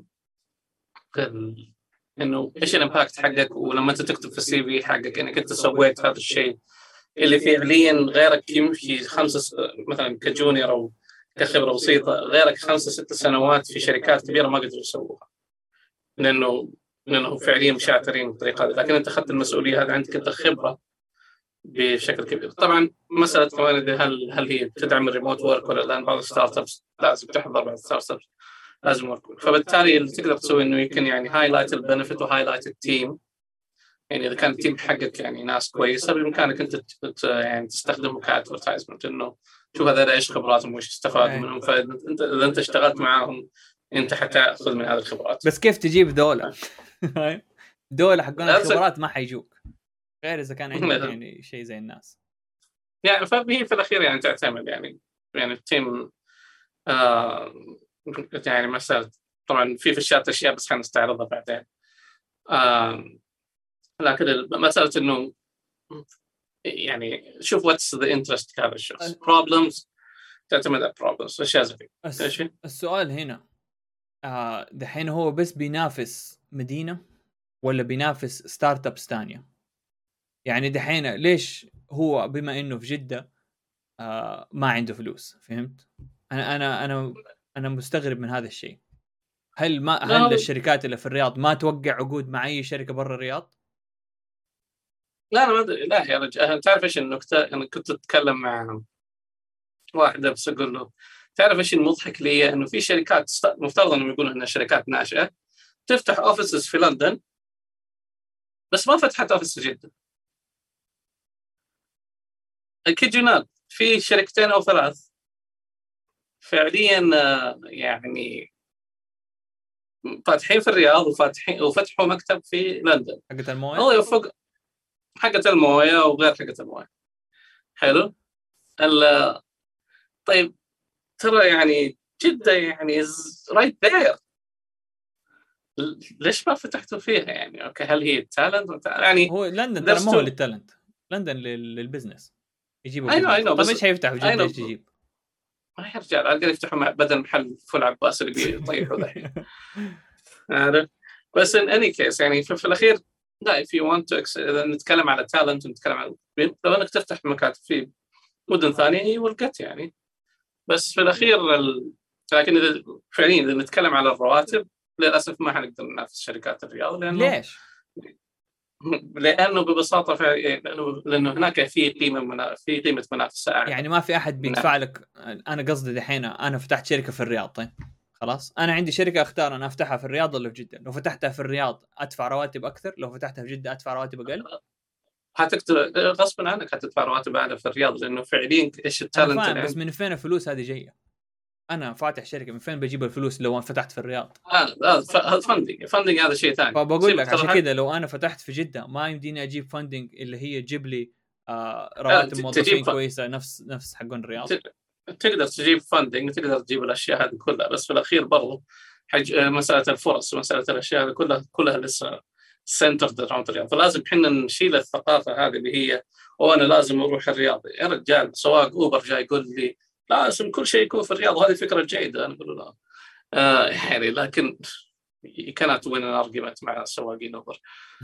انه ايش الامباكت حقك، ولما انت تكتب في السي في حقك انك انت سويت هذا الشيء اللي فعليا غيرك يمشي مثلا كجونيور او كخبره بسيطه، غيرك 5-6 سنوات في شركات كبيره ما قدروا يسووها، لانه فعليا شاطرين بالطريقه هذه. لكن انت اخذت المسؤوليه هذه، عندك انت خبره بشكل كبير. طبعا مساله كمان هل هي تدعم الريموت ورك ولا لا؟ بعض الستارت ابس لازم تحضر، بعض الستارت ابس لازم ورك. فبالتالي اللي تقدر تسوي انه يمكن يعني هايلايت البنفيت وهايلايت التيم. يعني اذا كان التيم حقك يعني ناس كويسه، بامكانك انت يعني تستخدمه كادفرتايزمنت، انه شوف هذول ايش خبراتهم وايش استفادوا منهم، فانت اذا انت اشتغلت معاهم انت حتاخذ من هذه الخبرات. بس كيف تجيب دولة؟ دولة حقون الخبرات ما حيجوك غير اذا كان عندك يعني شيء زي الناس. يعني فهي في الاخير يعني تعتمد يعني التيم يعني مسألة. طبعا في الشات اشياء بس خلينا نستعرضها بعدين. لكن مسألة انه يعني شوف واتس ذا انترست هذا الشخص. بروبلمز تعتمد على بروبلمز، اشياء زي كذا. السؤال هنا دحين هو بس بينافس مدينة ولا بينافس ستارت ابس ثانيه؟ يعني دحين ليش هو بما انه في جدة ما عنده فلوس؟ فهمت؟ انا مستغرب من هذا الشيء. هل الشركات اللي في الرياض ما توقع عقود مع اي شركه برا الرياض؟ لا انا ما ادري. لا يا رجال، تعرف ايش النكته؟ انا كنت اتكلم مع واحده بس اقول له تعرف ايش المضحك لي؟ انه في شركات مفترض انهم يقولوا انها شركات ناشئه تفتح اوفيسز في لندن بس ما فتحت اوفيس في جده. اكيد جنان في شركتين او 3 فعليا يعني فاتحين في الرياض وفتحوا مكتب في لندن. حقت المويه. الله يوفق. حقت المويه وغير حقت المويه. حلو. طيب ترى يعني جدة يعني رايت ذير، ليش ما فتحتوا فيها يعني؟ اوكي هل هي التالنت يعني؟ هو لندن ترى ما هو للتالنت، لندن للبزنس يجيبوا. ايوه طب ايش حيفتح في جدة؟ ايش تجيب؟ ما يا رجال اقدر يفتحوا بدل محل فول عباس اللي بيطيحوا ذحين. عارف؟ بس in any case يعني في الاخير لا if you want to اذا نتكلم على تالنت ونتكلم على لو انك تفتح مكاتب في مدن ثانيه هي والقت يعني. بس في الاخير لكن اذا فعليا اذا نتكلم على الرواتب للاسف ما حنقدر ننافس شركات الرياض. ليش؟ لانه ببساطه لانه هناك في قيمه منافسه اعلى. يعني ما في احد بيدفع لك. انا قصدي دحين انا فتحت شركه في الرياض. طيب خلاص انا عندي شركه اختار انا افتحها في الرياض ولا في جده. لو فتحتها في الرياض ادفع رواتب اكثر، لو فتحتها في جده ادفع رواتب اقل. غصبا عنك هتدفع رواتب اعلى في الرياض لانه فعليا ايش التالنت اللي بس من فين الفلوس هذه جايه؟ انا فاتح شركه من فين بجيب الفلوس لو انا فتحت في الرياض؟ فندنج هذا شيء ثاني. فبقول لك عشان كذا لو انا فتحت في جده ما يمديني اجيب فندنج اللي هي تجيب لي رواتب موظفين كويسه نفس حقون الرياض. تقدر تجيب فندنج، تقدر تجيب الاشياء هذه كلها، بس في الاخير برضو مساله الفرص ومساله الاشياء كلها لسه سنتر اراوند الرياض. فلازم احنا نشيل الثقافه هذه اللي هي وانا لازم اروح الرياض. يا رجال سواق اوبر جاي يقول لي لازم كل شيء يكون في الرياض، هذه فكره جيده. انا اقول له لا يعني لكن كانت وين الارجيومنت مع سواقين اوبر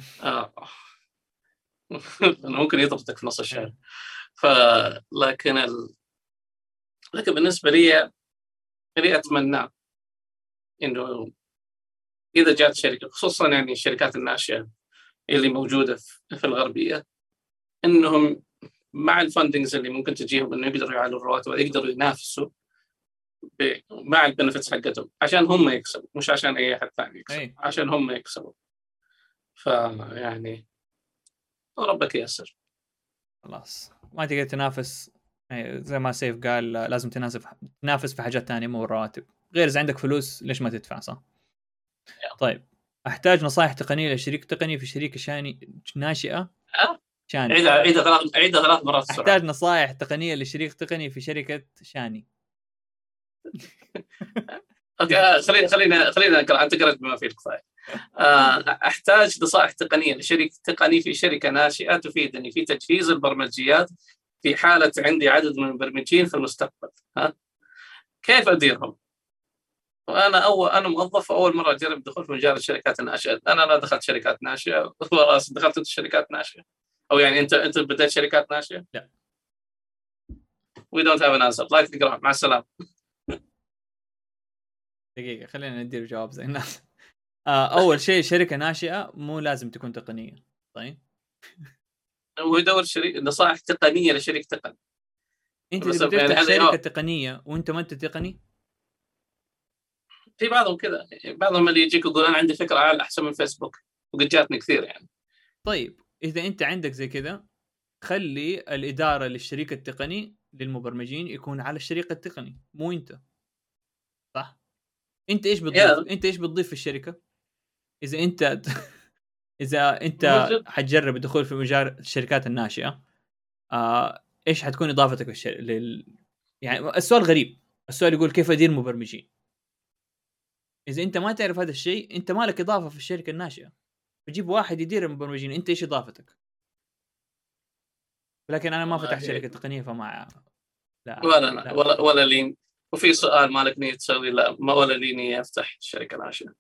ممكن يضبطك في نص الشارع. لكن بالنسبه لي اللي اتمنى انه اذا جات شركه خصوصا يعني الشركات الناشئه اللي موجوده في الغربيه انهم مع الفاندنجز اللي ممكن تجيهم انه يقدروا يعلوا الرواتب ويقدروا ينافسوا مع البنفتس حقتهم عشان هم يكسبوا، مش عشان اي احد ثاني يكسب. عشان هم يكسبوا. فيعني ربك ييسر. خلاص ما تقدر تنافس، يعني زي ما سيف قال لازم تنافس في حاجات تانية مو الرواتب، غير إذا عندك فلوس ليش ما تدفع صح؟ طيب أحتاج نصائح تقنية لشريك تقني في شركة ناشئة. شاني عيدها ثلاث مرات السرعة. أحتاج نصائح تقنية لشريك تقني في شركة شاني. اوكي خلينا اقرا، انت قرأت بما فيه الكفايه. احتاج نصائح تقنيه لشريك تقني في شركه ناشئه تفيدني في تجهيز البرمجيات في حاله عندي عدد من المبرمجين في المستقبل. كيف اديرهم؟ انا موظف اول مره اجرب الدخول في مجال الشركات الناشئه. انا لا دخلت شركات ناشئه خلاص. دخلت انت شركات ناشئه او يعني انت بديت شركات ناشئه؟ لا. We don't have an answer. لا تقرا، مع السلامه. دقيقة خلينا ندير جواب زي الناس. أول شيء شركة ناشئة مو لازم تكون تقنية. طيب هو يدور نصائح تقنيه لشريك تقني. أنت إذا بتفتح شركة تقنية وأنت ما أنت تقني، في بعضهم كذا، بعضهم اللي يجيك يقول أنا عندي فكرة على أحسن من فيسبوك، وقد جاتني كثير يعني. طيب إذا أنت عندك زي كذا خلي الإدارة للشريك التقني للمبرمجين يكون على الشريك التقني مو أنت، صح؟ أنت إيش بتضيف؟ أنت إيش بتضيف في الشركة؟ إذا أنت إذا أنت حتجرب الدخول في مجال الشركات الناشئة، إيش حتكون إضافتك يعني السؤال غريب. السؤال يقول كيف أدير مبرمجين؟ إذا أنت ما تعرف هذا الشيء أنت مالك إضافة في الشركة الناشئة. بجيب واحد يدير المبرمجين، أنت إيش إضافتك؟ لكن أنا ما فتح شركة تقنية فما لا. ولا لين. وفي سؤال مالك نية تسوي؟ لا، ما ولا لي نية أفتح شركة ناشئة.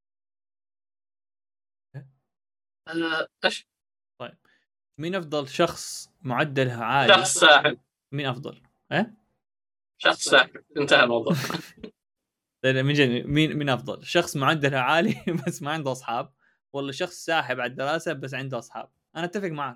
إيش؟ طيب مين أفضل شخص معدلها عالي؟ شخص ساحب. مين أفضل؟ شخص ساحب. انتهى الموضوع. من جد مين أفضل؟ شخص معدلها عالي بس ما عنده أصحاب، ولا شخص ساحب على الدراسة بس عنده أصحاب؟ أنا أتفق معك.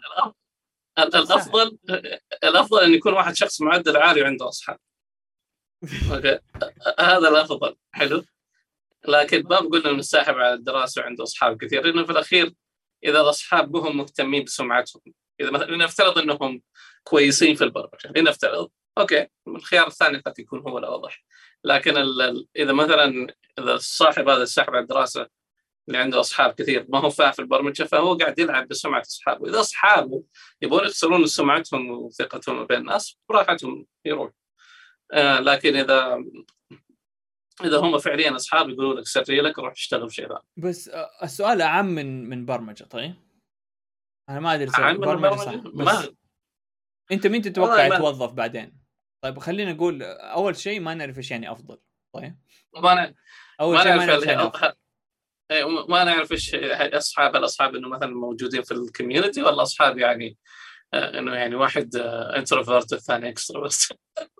الأفضل أن يكون واحد شخص معدل عالي وعنده أصحاب. أوكي. هذا الأفضل. حلو. لكن ما بقول إنه ساحب على الدراسة وعنده أصحاب كثير، لأنه في الأخير إذا الأصحاب هم مهتمين بسمعتهم، إذا مثلا لنفترض أنهم كويسين في البرمجة، لنفترض أوكي، الخيار الثاني قد يكون هو الأوضح. لكن إذا مثلا إذا الصاحب هذا الساحب على الدراسة اللي عنده أصحاب كثير ما هو فاهم في البرمجة، فهو قاعد يلعب بسمعة أصحابه. إذا أصحابه يبون يخسرون سمعتهم وثقتهم بين الناس براحتهم يروح. لكن إذا هم فعليا أصحاب يقولوا لك سري لك روح اشتغل في شيء ثاني. بس السؤال أعم من برمجة. طيب أنا ما أدري برمجة صح، بس أنت مين تتوقع يتوظف بعدين؟ طيب خلينا نقول أول شيء ما نعرف إيش يعني أفضل. طيب أول شيء ما نعرف يعني أفضل. ما نعرف إيش الأصحاب إنه مثلا موجودين في الكوميونتي، ولا أصحاب يعني إنه يعني واحد انتروفيرت الثاني اكستروفيرت.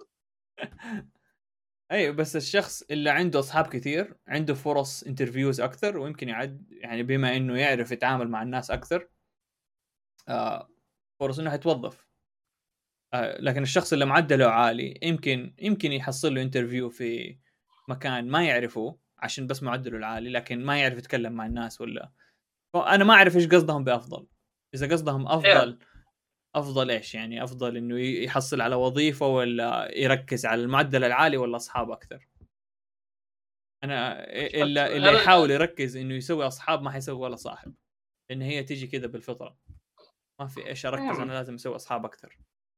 ايوه بس الشخص اللي عنده اصحاب كثير عنده فرص انترفيوز اكثر، ويمكن يعني بما انه يعرف يتعامل مع الناس اكثر فرص انه يتوظف. لكن الشخص اللي معدله عالي يمكن يحصل له انترفيو في مكان ما يعرفه عشان بس معدله العالي، لكن ما يعرف يتكلم مع الناس. ولا انا ما اعرف ايش قصدهم بافضل. اذا قصدهم افضل ايش يعني؟ افضل انه يحصل على وظيفه، ولا يركز على المعدل العالي، ولا اصحاب اكثر؟ انا اللي يحاول يركز انه يسوي اصحاب ما حيسوي ولا صاحب، لان هي تيجي كذا بالفطره. ما في ايش اركز، انا لازم اسوي اصحاب اكثر.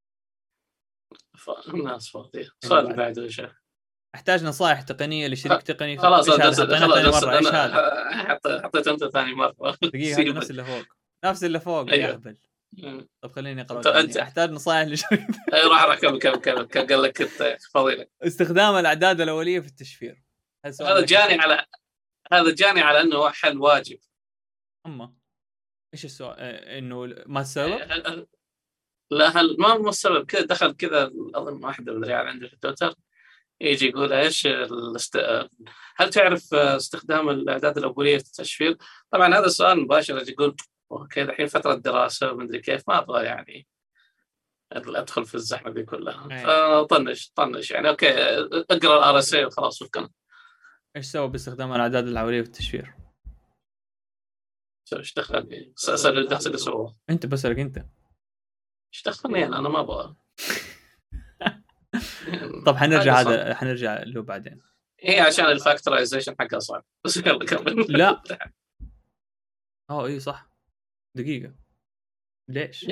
الناس فاضيه. السؤال اللي بعده ايش؟ احتاج نصائح تقنيه لشريك تقني. خلاص خلاص حطيت انت ثاني مره. دقيقه هذا نفس اللي فوق يا اهبل. طب خليني اقرا. احتاج نصائح لشريك. راح كمل قال لك انت فاضي. استخدام الاعداد الاوليه في التشفير. هذا جاني على انه حل واجب. اما ايش السؤال؟ انه ما السبب؟ لا هل ما هو السبب. كذا دخل كذا اظن واحد من الرجال عنده في تويتر يجي يقول ايش هل تعرف استخدام الاعداد الاوليه في التشفير؟ طبعا هذا السؤال مباشر. يقول اوكي الحين فتره دراسه ومدري كيف، ما ابغى يعني ادخل في الزحمه دي كلها. طنش يعني. اوكي اقرا الار اس اي وخلاص وكمل. ايش سوى باستخدام الاعداد الاوليه في التشفير؟ ايش دخلني؟ اسال الناس اللي سووه. انت بسألك انت. ايش دخلني انا ما ابغى. طب حنرجع له بعدين. هي عشان الفاكتورايزيشن حقها صعب. بس يلا كمل. لا اي صح. دقيقة ليش؟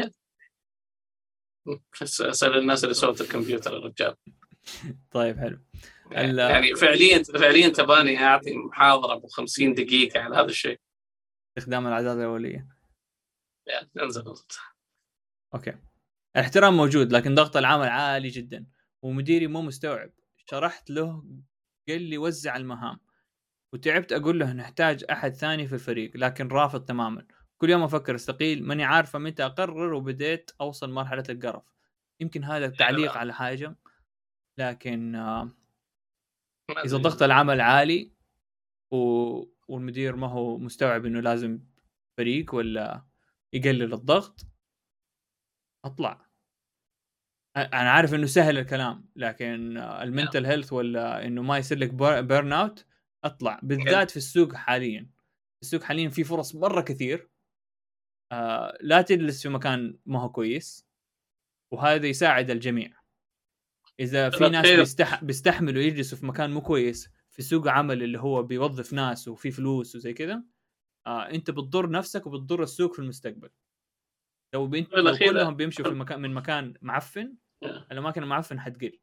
بس اسال الناس اللي سوت الكمبيوتر الرجال. طيب حلو. يعني فعليا تباني اعطي محاضره ب 50 دقيقه على هذا الشيء. استخدام الاعداد الاوليه. يعني انزل. اوكي. الاحترام موجود لكن ضغط العمل عالي جدا ومديري مو مستوعب. شرحت له قال لي وزع المهام وتعبت اقول له نحتاج احد ثاني في الفريق لكن رافض تماما. كل يوم افكر استقيل ماني عارفه متى اقرر وبديت اوصل مرحله القرف. يمكن هذا تعليق على حاجه لكن اذا ضغط العمل عالي والمدير ما هو مستوعب انه لازم فريق ولا يقلل الضغط اطلع. انا عارف انه سهل الكلام لكن المنتل هيلث ولا انه ما يصير لك بيرن اوت اطلع بالذات في السوق حاليا. السوق حاليا في فرص مره كثير. لا تجلس في مكان ما هو كويس وهذا يساعد الجميع. اذا في ناس بيستحملوا يجلسوا في مكان مو كويس في سوق عمل اللي هو بيوظف ناس وفي فلوس وزي كذا انت بتضر نفسك وبتضر السوق في المستقبل. لو كلهم بيمشوا في مكان معفن الاماكن المعفن حتقل.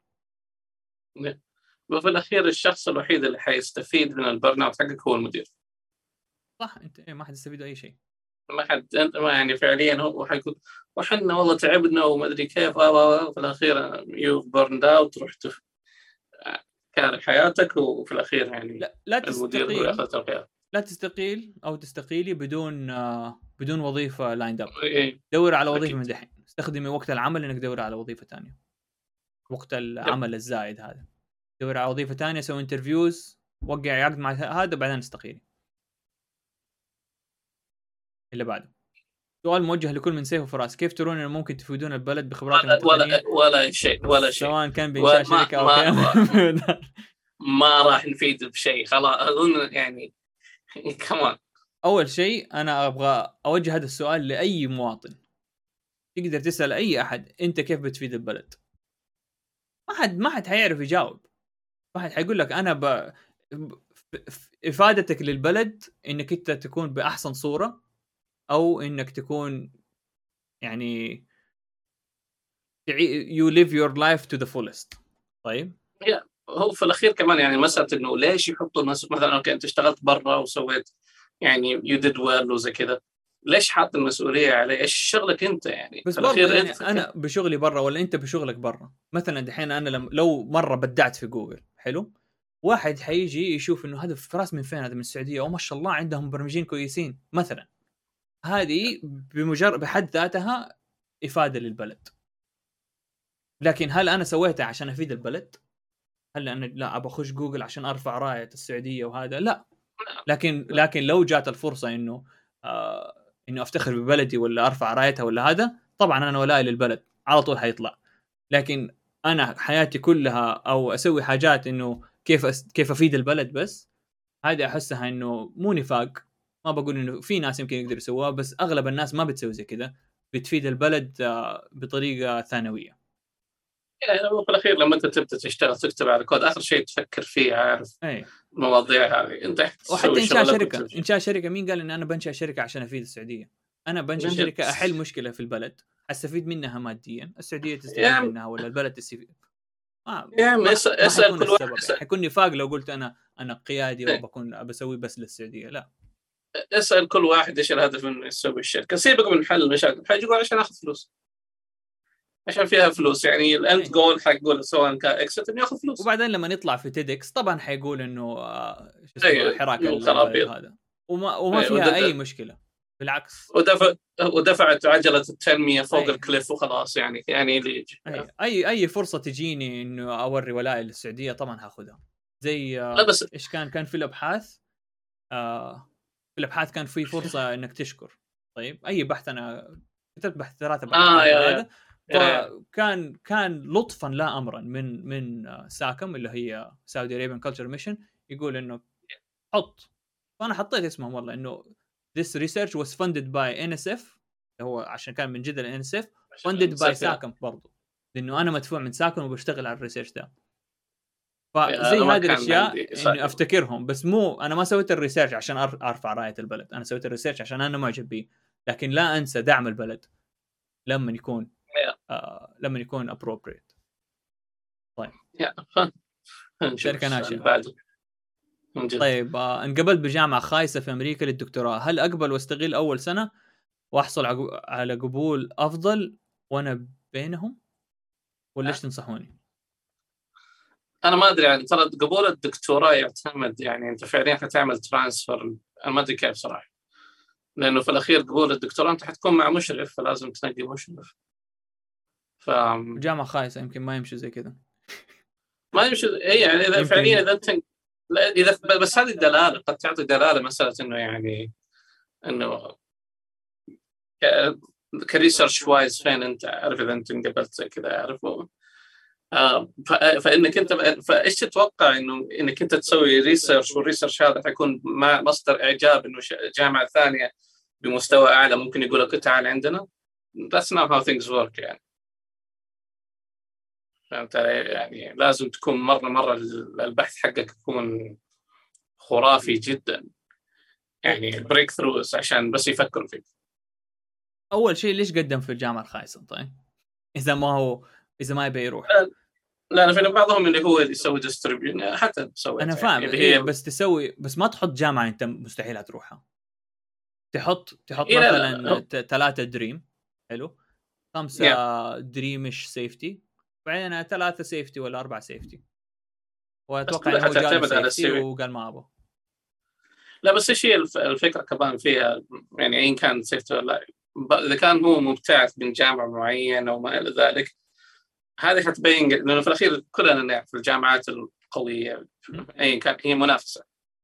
وفي الاخير الشخص الوحيد اللي حيستفيد من البرن اوت حقك هو المدير. صح. انت ما حتستفيد اي شيء. ما حد انت ما يعني فعليا هو حيقول وحنا والله تعبنا وما ادري كيف في الاخير يو بيرند اوت رحت كاره حياتك وفي الاخير يعني لا المدير هو ياخذ القرار. لا تستقيل او تستقيلي بدون وظيفه لايند اب. دور على وظيفه من دحين. استخدمي وقت العمل انك تدور على وظيفه ثانيه. وقت العمل الزائد هذا دور على وظيفه ثانيه سوي انترفيوز وقع عقد مع هذا بعدين استقيلي. اللي بعده سؤال موجه لكل من سيف وفراس. كيف ترون انه ممكن تفيدون البلد بخبراتكم التقنيه ولا شيء سواء كان بإنشاء شركه او كان ما راح نفيد بشيء خلاص اظن يعني كمان. اول شيء انا ابغى اوجه هذا السؤال لاي مواطن. تقدر تسال اي احد انت كيف بتفيد البلد. ما حد حيعرف يجاوب. ما حد حيقول لك انا افادتك للبلد انك انت تكون باحسن صوره او انك تكون يعني you live your life to the fullest. طيب هو في الاخير كمان يعني مساله انه ليش يحطوا الناس مثلا اوكي انت اشتغلت برا وسويت يعني you did well وزي كذا ليش حاط المسؤوليه علي؟ ايش شغلك انت يعني؟ بس برضه يعني انا بشغلي برا ولا انت بشغلك برا. مثلا دحين انا لو مره بدعت في جوجل حلو واحد حيجي يشوف انه هذا فراس من فين هذا من السعوديه وما شاء الله عندهم مبرمجين كويسين مثلا. هذه بحد ذاتها افاده للبلد. لكن هل انا سويتها عشان افيد البلد؟ هل انا لا ابغى اخش جوجل عشان ارفع رايه السعوديه وهذا لا. لكن لو جات الفرصه انه افتخر ببلدي ولا ارفع رايتها ولا هذا طبعا انا ولائي للبلد على طول حيطلع. لكن انا حياتي كلها او اسوي حاجات انه كيف افيد البلد بس هذه احسها انه مو نفاق. ما بقول انه في ناس يمكن يقدروا يسووها بس اغلب الناس ما بتسوي زي كذا. بتفيد البلد بطريقه ثانويه. يعني في الاخير لما انت تبدا تشتغل تكتب على كود اخر شيء تفكر فيه عارف المواضيع هذه انت وحتى انشاء شركه مين قال ان انا بنشأ شركه عشان افيد السعوديه؟ انا بنشأ شركه احل مشكله في البلد استفيد منها ماديا السعوديه تستفيد منها ولا البلد تستفيد. اسال كل واحد حيكون نفاق لو قلت انا قيادي وبكون بسوي بس للسعوديه. لا اسال كل واحد ايش الهدف انه يسوي الشركه. سيبك من حل المشاكل حيجوا عشان اخذ فلوس عشان فيها فلوس يعني الاند جول حيقول سواء كان اكسيت انه ياخذ فلوس. وبعدين لما نطلع في تيدكس طبعا حيقول انه حراك هذا وما فيها اي مشكله بالعكس. ودفعت عجله التنميه فوق الكليف وخلاص يعني اللي اي فرصه تجيني انه اوري ولائي للسعوديه طبعا هاخذها. زي ايش كان في الابحاث في الابحاث كان في فرصه انك تشكر. طيب اي بحث انا كتبت بحث 3 بحث فكان لطفا لا امرا من ساكم اللي هي سعودي اريبيان كلتشر ميشن يقول انه حط. فانا حطيت اسمهم والله انه this research was funded by NSF هو عشان كان من جد ال NSF funded by ساكن برضو لأنه أنا مدفوع من ساكن وبشتغل على الريسيرش ده. فزي هذه الأشياء إني أفتكرهم بس مو أنا ما سويت الريسيرش عشان أرفع راية البلد أنا سويت الريسيرش عشان أنا معجب به لكن لا أنسى دعم البلد لما يكون appropriate. طيب شركة ناشئة. طيب انقبلت بجامعة خايسة في أمريكا للدكتوراه هل أقبل واستغل أول سنة وأحصل على قبول أفضل وأنا بينهم ولا إيش تنصحوني؟ أنا ما أدري يعني ترى قبول الدكتوراه يعتمد يعني أنت فعليا حتعمل ترانسفر أنا ما أدري كيف صراحة لأنه في الأخير قبول الدكتوراه أنت حتكون مع مشرف فلازم تنقي مشرف. جامعة خايسة يمكن ما يمشي زي كذا ما يمشي يعني إذا فعليا إذا بس هذه الدلالة قد تعطي دلالة مسألة إنه يعني إنه كريسيرش وايز فين أنت عارف إذا أنت انقبلت زي كذا عارفه فإنك أنت فإيش تتوقع إنك أنت تسوي ريسيرش والريسيرش هذا حيكون مصدر إعجاب إنه جامعة ثانية بمستوى أعلى ممكن يقول لك تعال عندنا. That's not how things work يعني. فهمت يعني لازم تكون مرة البحث حقك يكون خرافي جدا يعني بريك ثروز عشان بس يفكروا فيك. أول شيء ليش قدم في الجامعة الخايسة طيب إذا ما يبي يروح؟ لا أنا في بعضهم اللي هو يسوي ديستريبيوشن حتى سويت أنا فاهم يعني هي بس تسوي بس ما تحط جامعة أنت مستحيل تروحها تحط مثلا 3 دريم حلو 5 دريمش سيفتي بعدين 3 سيفتي ولا 4 سيفتي وأتوقع إنه هو جاب سيفتي وقال ما أبغى. لا بس إيش هي الفكرة كمان فيها يعني أين كان سيفتي ولا إذا كان هو مبتعث من جامعة معينة وما إلى ذلك هذه حتبين لأنه في الأخير كلنا نعرف الجامعات القوية أين كان هي منافسة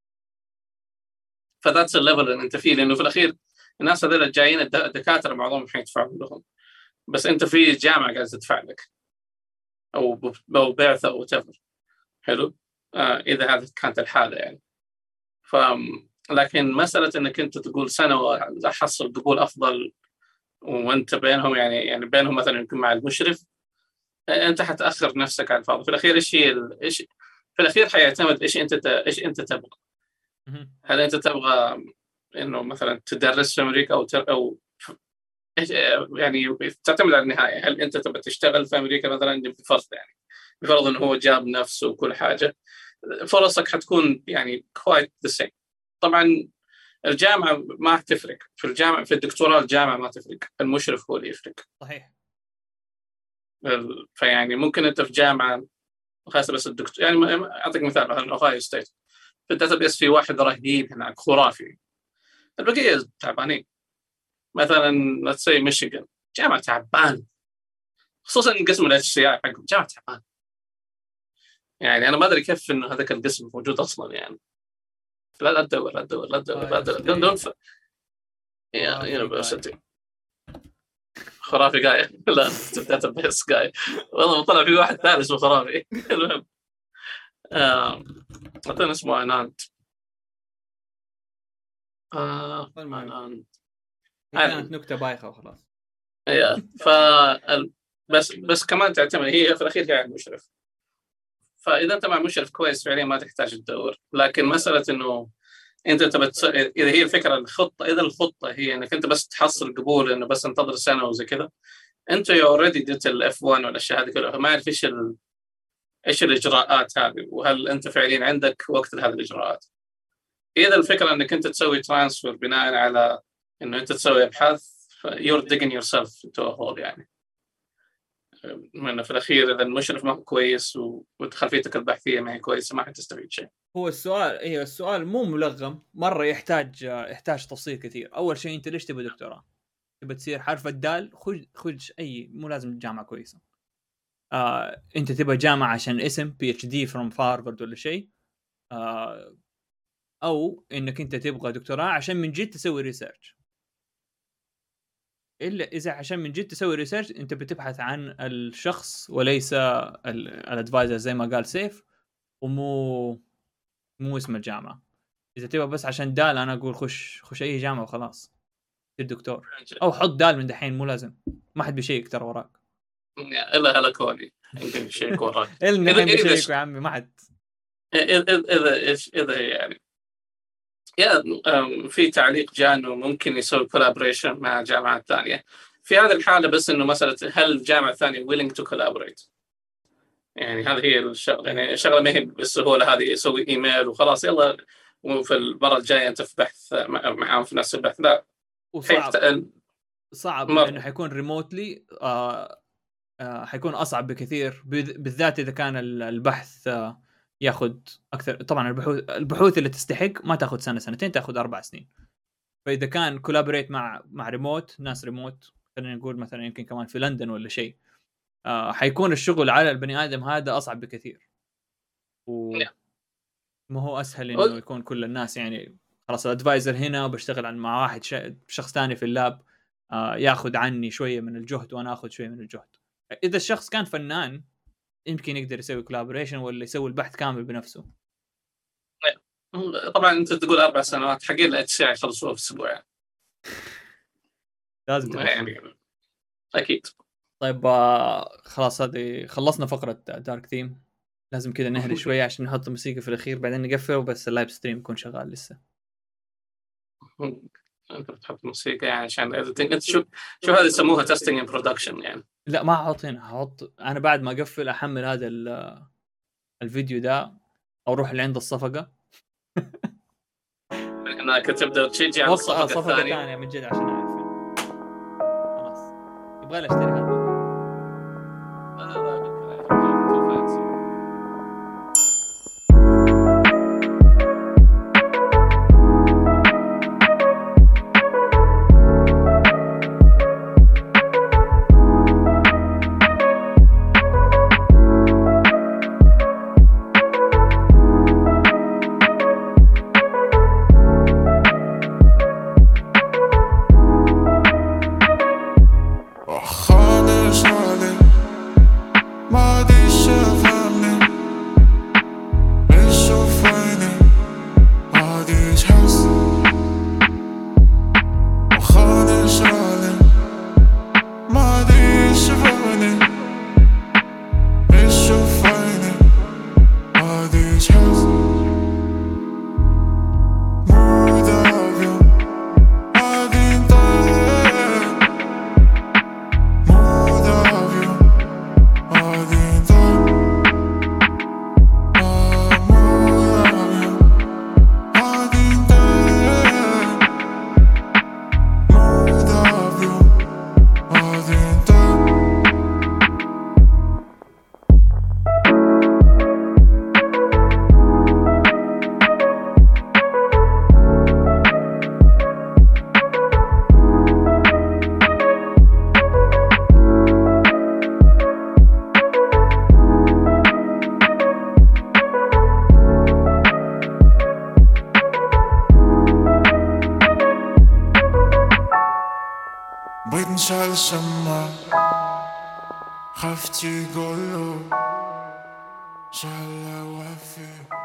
فذاتس الليفل اللي أنت فيه لأنه في الأخير الناس هذول جايين الدكاترة معظمهم حيدفعوا لهم بس أنت في جامعة قاعدة تدفع لك أو بعثة أو تفر حلو إذا هذه كانت الحالة يعني لكن مسألة إنك أنت تقول سنة وأحصل قبول أفضل وأنت بينهم يعني بينهم مثلا يكون مع المشرف أنت حتأخر نفسك على الفاضي. في الأخير إيش في الأخير حيعتمد إيش أنت تبغى. هل أنت تبغى إنه مثلا تدرس في أمريكا أو يعني تعتمد على النهاية هل أنت تبغى تشتغل في أمريكا مثلا بفرض إنه هو جاب نفسه وكل حاجة فرصك حتكون يعني quite the same. طبعا الجامعة ما تفرق في الجامعة في الدكتوراه الجامعة ما تفرق المشرف هو اللي يفرق. صحيح. فيعني ممكن أنت في جامعة خاصة بس الدكتور يعني أعطيك مثال مثلا أوهايو ستيت في الداتابيس في واحد رهيب هناك خرافي البقية تعبانين مثلا let's say ميشيغان جامعة تعبان خصوصا قسم الHCI حقهم جامعة تعبان يعني أنا ما أدري كيف إنه هذاك القسم موجود أصلا يعني لا تدور don't يا university خرافي قاية لا داتابيس قاية والله طلع في واحد ثالث اسمه خرافي المهم أعطينا اسمه عناد كانت نكتة بايخة وخلاص. بس كمان تعتمد هي في الأخير هي المشرف فإذا أنت مع مشرف كويس فعليا ما تحتاج تدور لكن مسألة إنه أنت إذا هي الفكرة إذا الخطة هي إنك أنت بس تحصل قبول إنه بس انتظر سنة وزي كذا أنت already ديت الF1 والأشياء هذه كلها ما أعرف إيش الإجراءات هذه وهل أنت فعليا عندك وقت لهذه الإجراءات. إذا الفكرة إنك أنت تسوي ترانسفير بناء على إنه أنت تسوي أبحاث you're digging yourself into a hole يعني من في الأخير إذا المشرف ما هو كويس وخلفيتك البحثية ما هي كويسة ما حتستفيد شيء. هو السؤال مو ملغم مرة يحتاج تفصيل كثير. أول شيء أنت ليش تبي دكتوراه؟ تبي تصير حرف الدال خذ أي مو لازم جامعة كويسة. أنت تبى جامعة عشان اسم PhD from Harvard ولا شيء أو إنك أنت تبغى دكتوراه عشان من جد تسوي ريسيرش. إلا إذا عشان من جد تسوي ريسيرش أنت بتبحث عن الشخص وليس الادفايزر زي ما قال سيف ومو اسم الجامعة. اذا تبغى بس عشان دال انا اقول خش اي جامعه وخلاص تصير دكتور، او حط دال من دحين مو لازم، ما حد بيشيك ترى وراك الا هلا كوني يمكن شيء وراك اللي الحين بيشيك يا عمي ما حد. اذا يعني في تعليق جاء انه ممكن يسوي كولابوريشن مع جامعات ثانيه في هذه الحاله، بس انه مساله هل الجامعه الثانيه willing to collaborate، يعني هذه هي الشغله. يعني الشغله ما هي بالسهوله هذه يسوي ايميل وخلاص يلا وفي المره الجايه انت في بحث معاهم في نفس البحث، لا. صعب لانه حيكون ريموتلي، حيكون اصعب بكثير، بالذات اذا كان البحث ياخذ اكثر. طبعا البحوث اللي تستحق ما تاخذ سنه سنتين، تاخذ 4 سنين. فاذا كان كولابوريت مع ريموت، ناس ريموت، خلينا نقول مثلا يمكن كمان في لندن ولا شيء، حيكون الشغل على البني ادم هذا اصعب بكثير، وما هو اسهل انه يكون كل الناس يعني خلاص الادفايزر هنا وبشتغل مع واحد شخص ثاني في اللاب، ياخذ عني شويه من الجهد وانا اخذ شويه من الجهد. اذا الشخص كان فنان يمكن يقدر يسوي كولابوريشن ولا يسوي البحث كامل بنفسه. طبعا انت تقول 4 سنوات، حقين الاشياء يخلصوها في اسبوع لازم يعني اكيد. طيب خلاص هذه خلصنا فقره دارك ثيم، لازم كذا نهري شويه عشان نحط الموسيقى في الاخير بعدين نقفل، وبس اللايف ستريم يكون شغال لسه. انت بتحط موسيقى يعني عشان انت شو هذا يسموها تيستينج ان برودكشن يعني؟ لا ما احط هنا، هحط انا بعد ما اقفل احمل هذا الفيديو ده او اروح لعند الصفقه انا كنت ابدا تشيجي على الصفقه الثانيه من جد عشان اعرف خلاص يبغى لي اشتري هذا. بنشال الشمع خفتي قولو شال وفي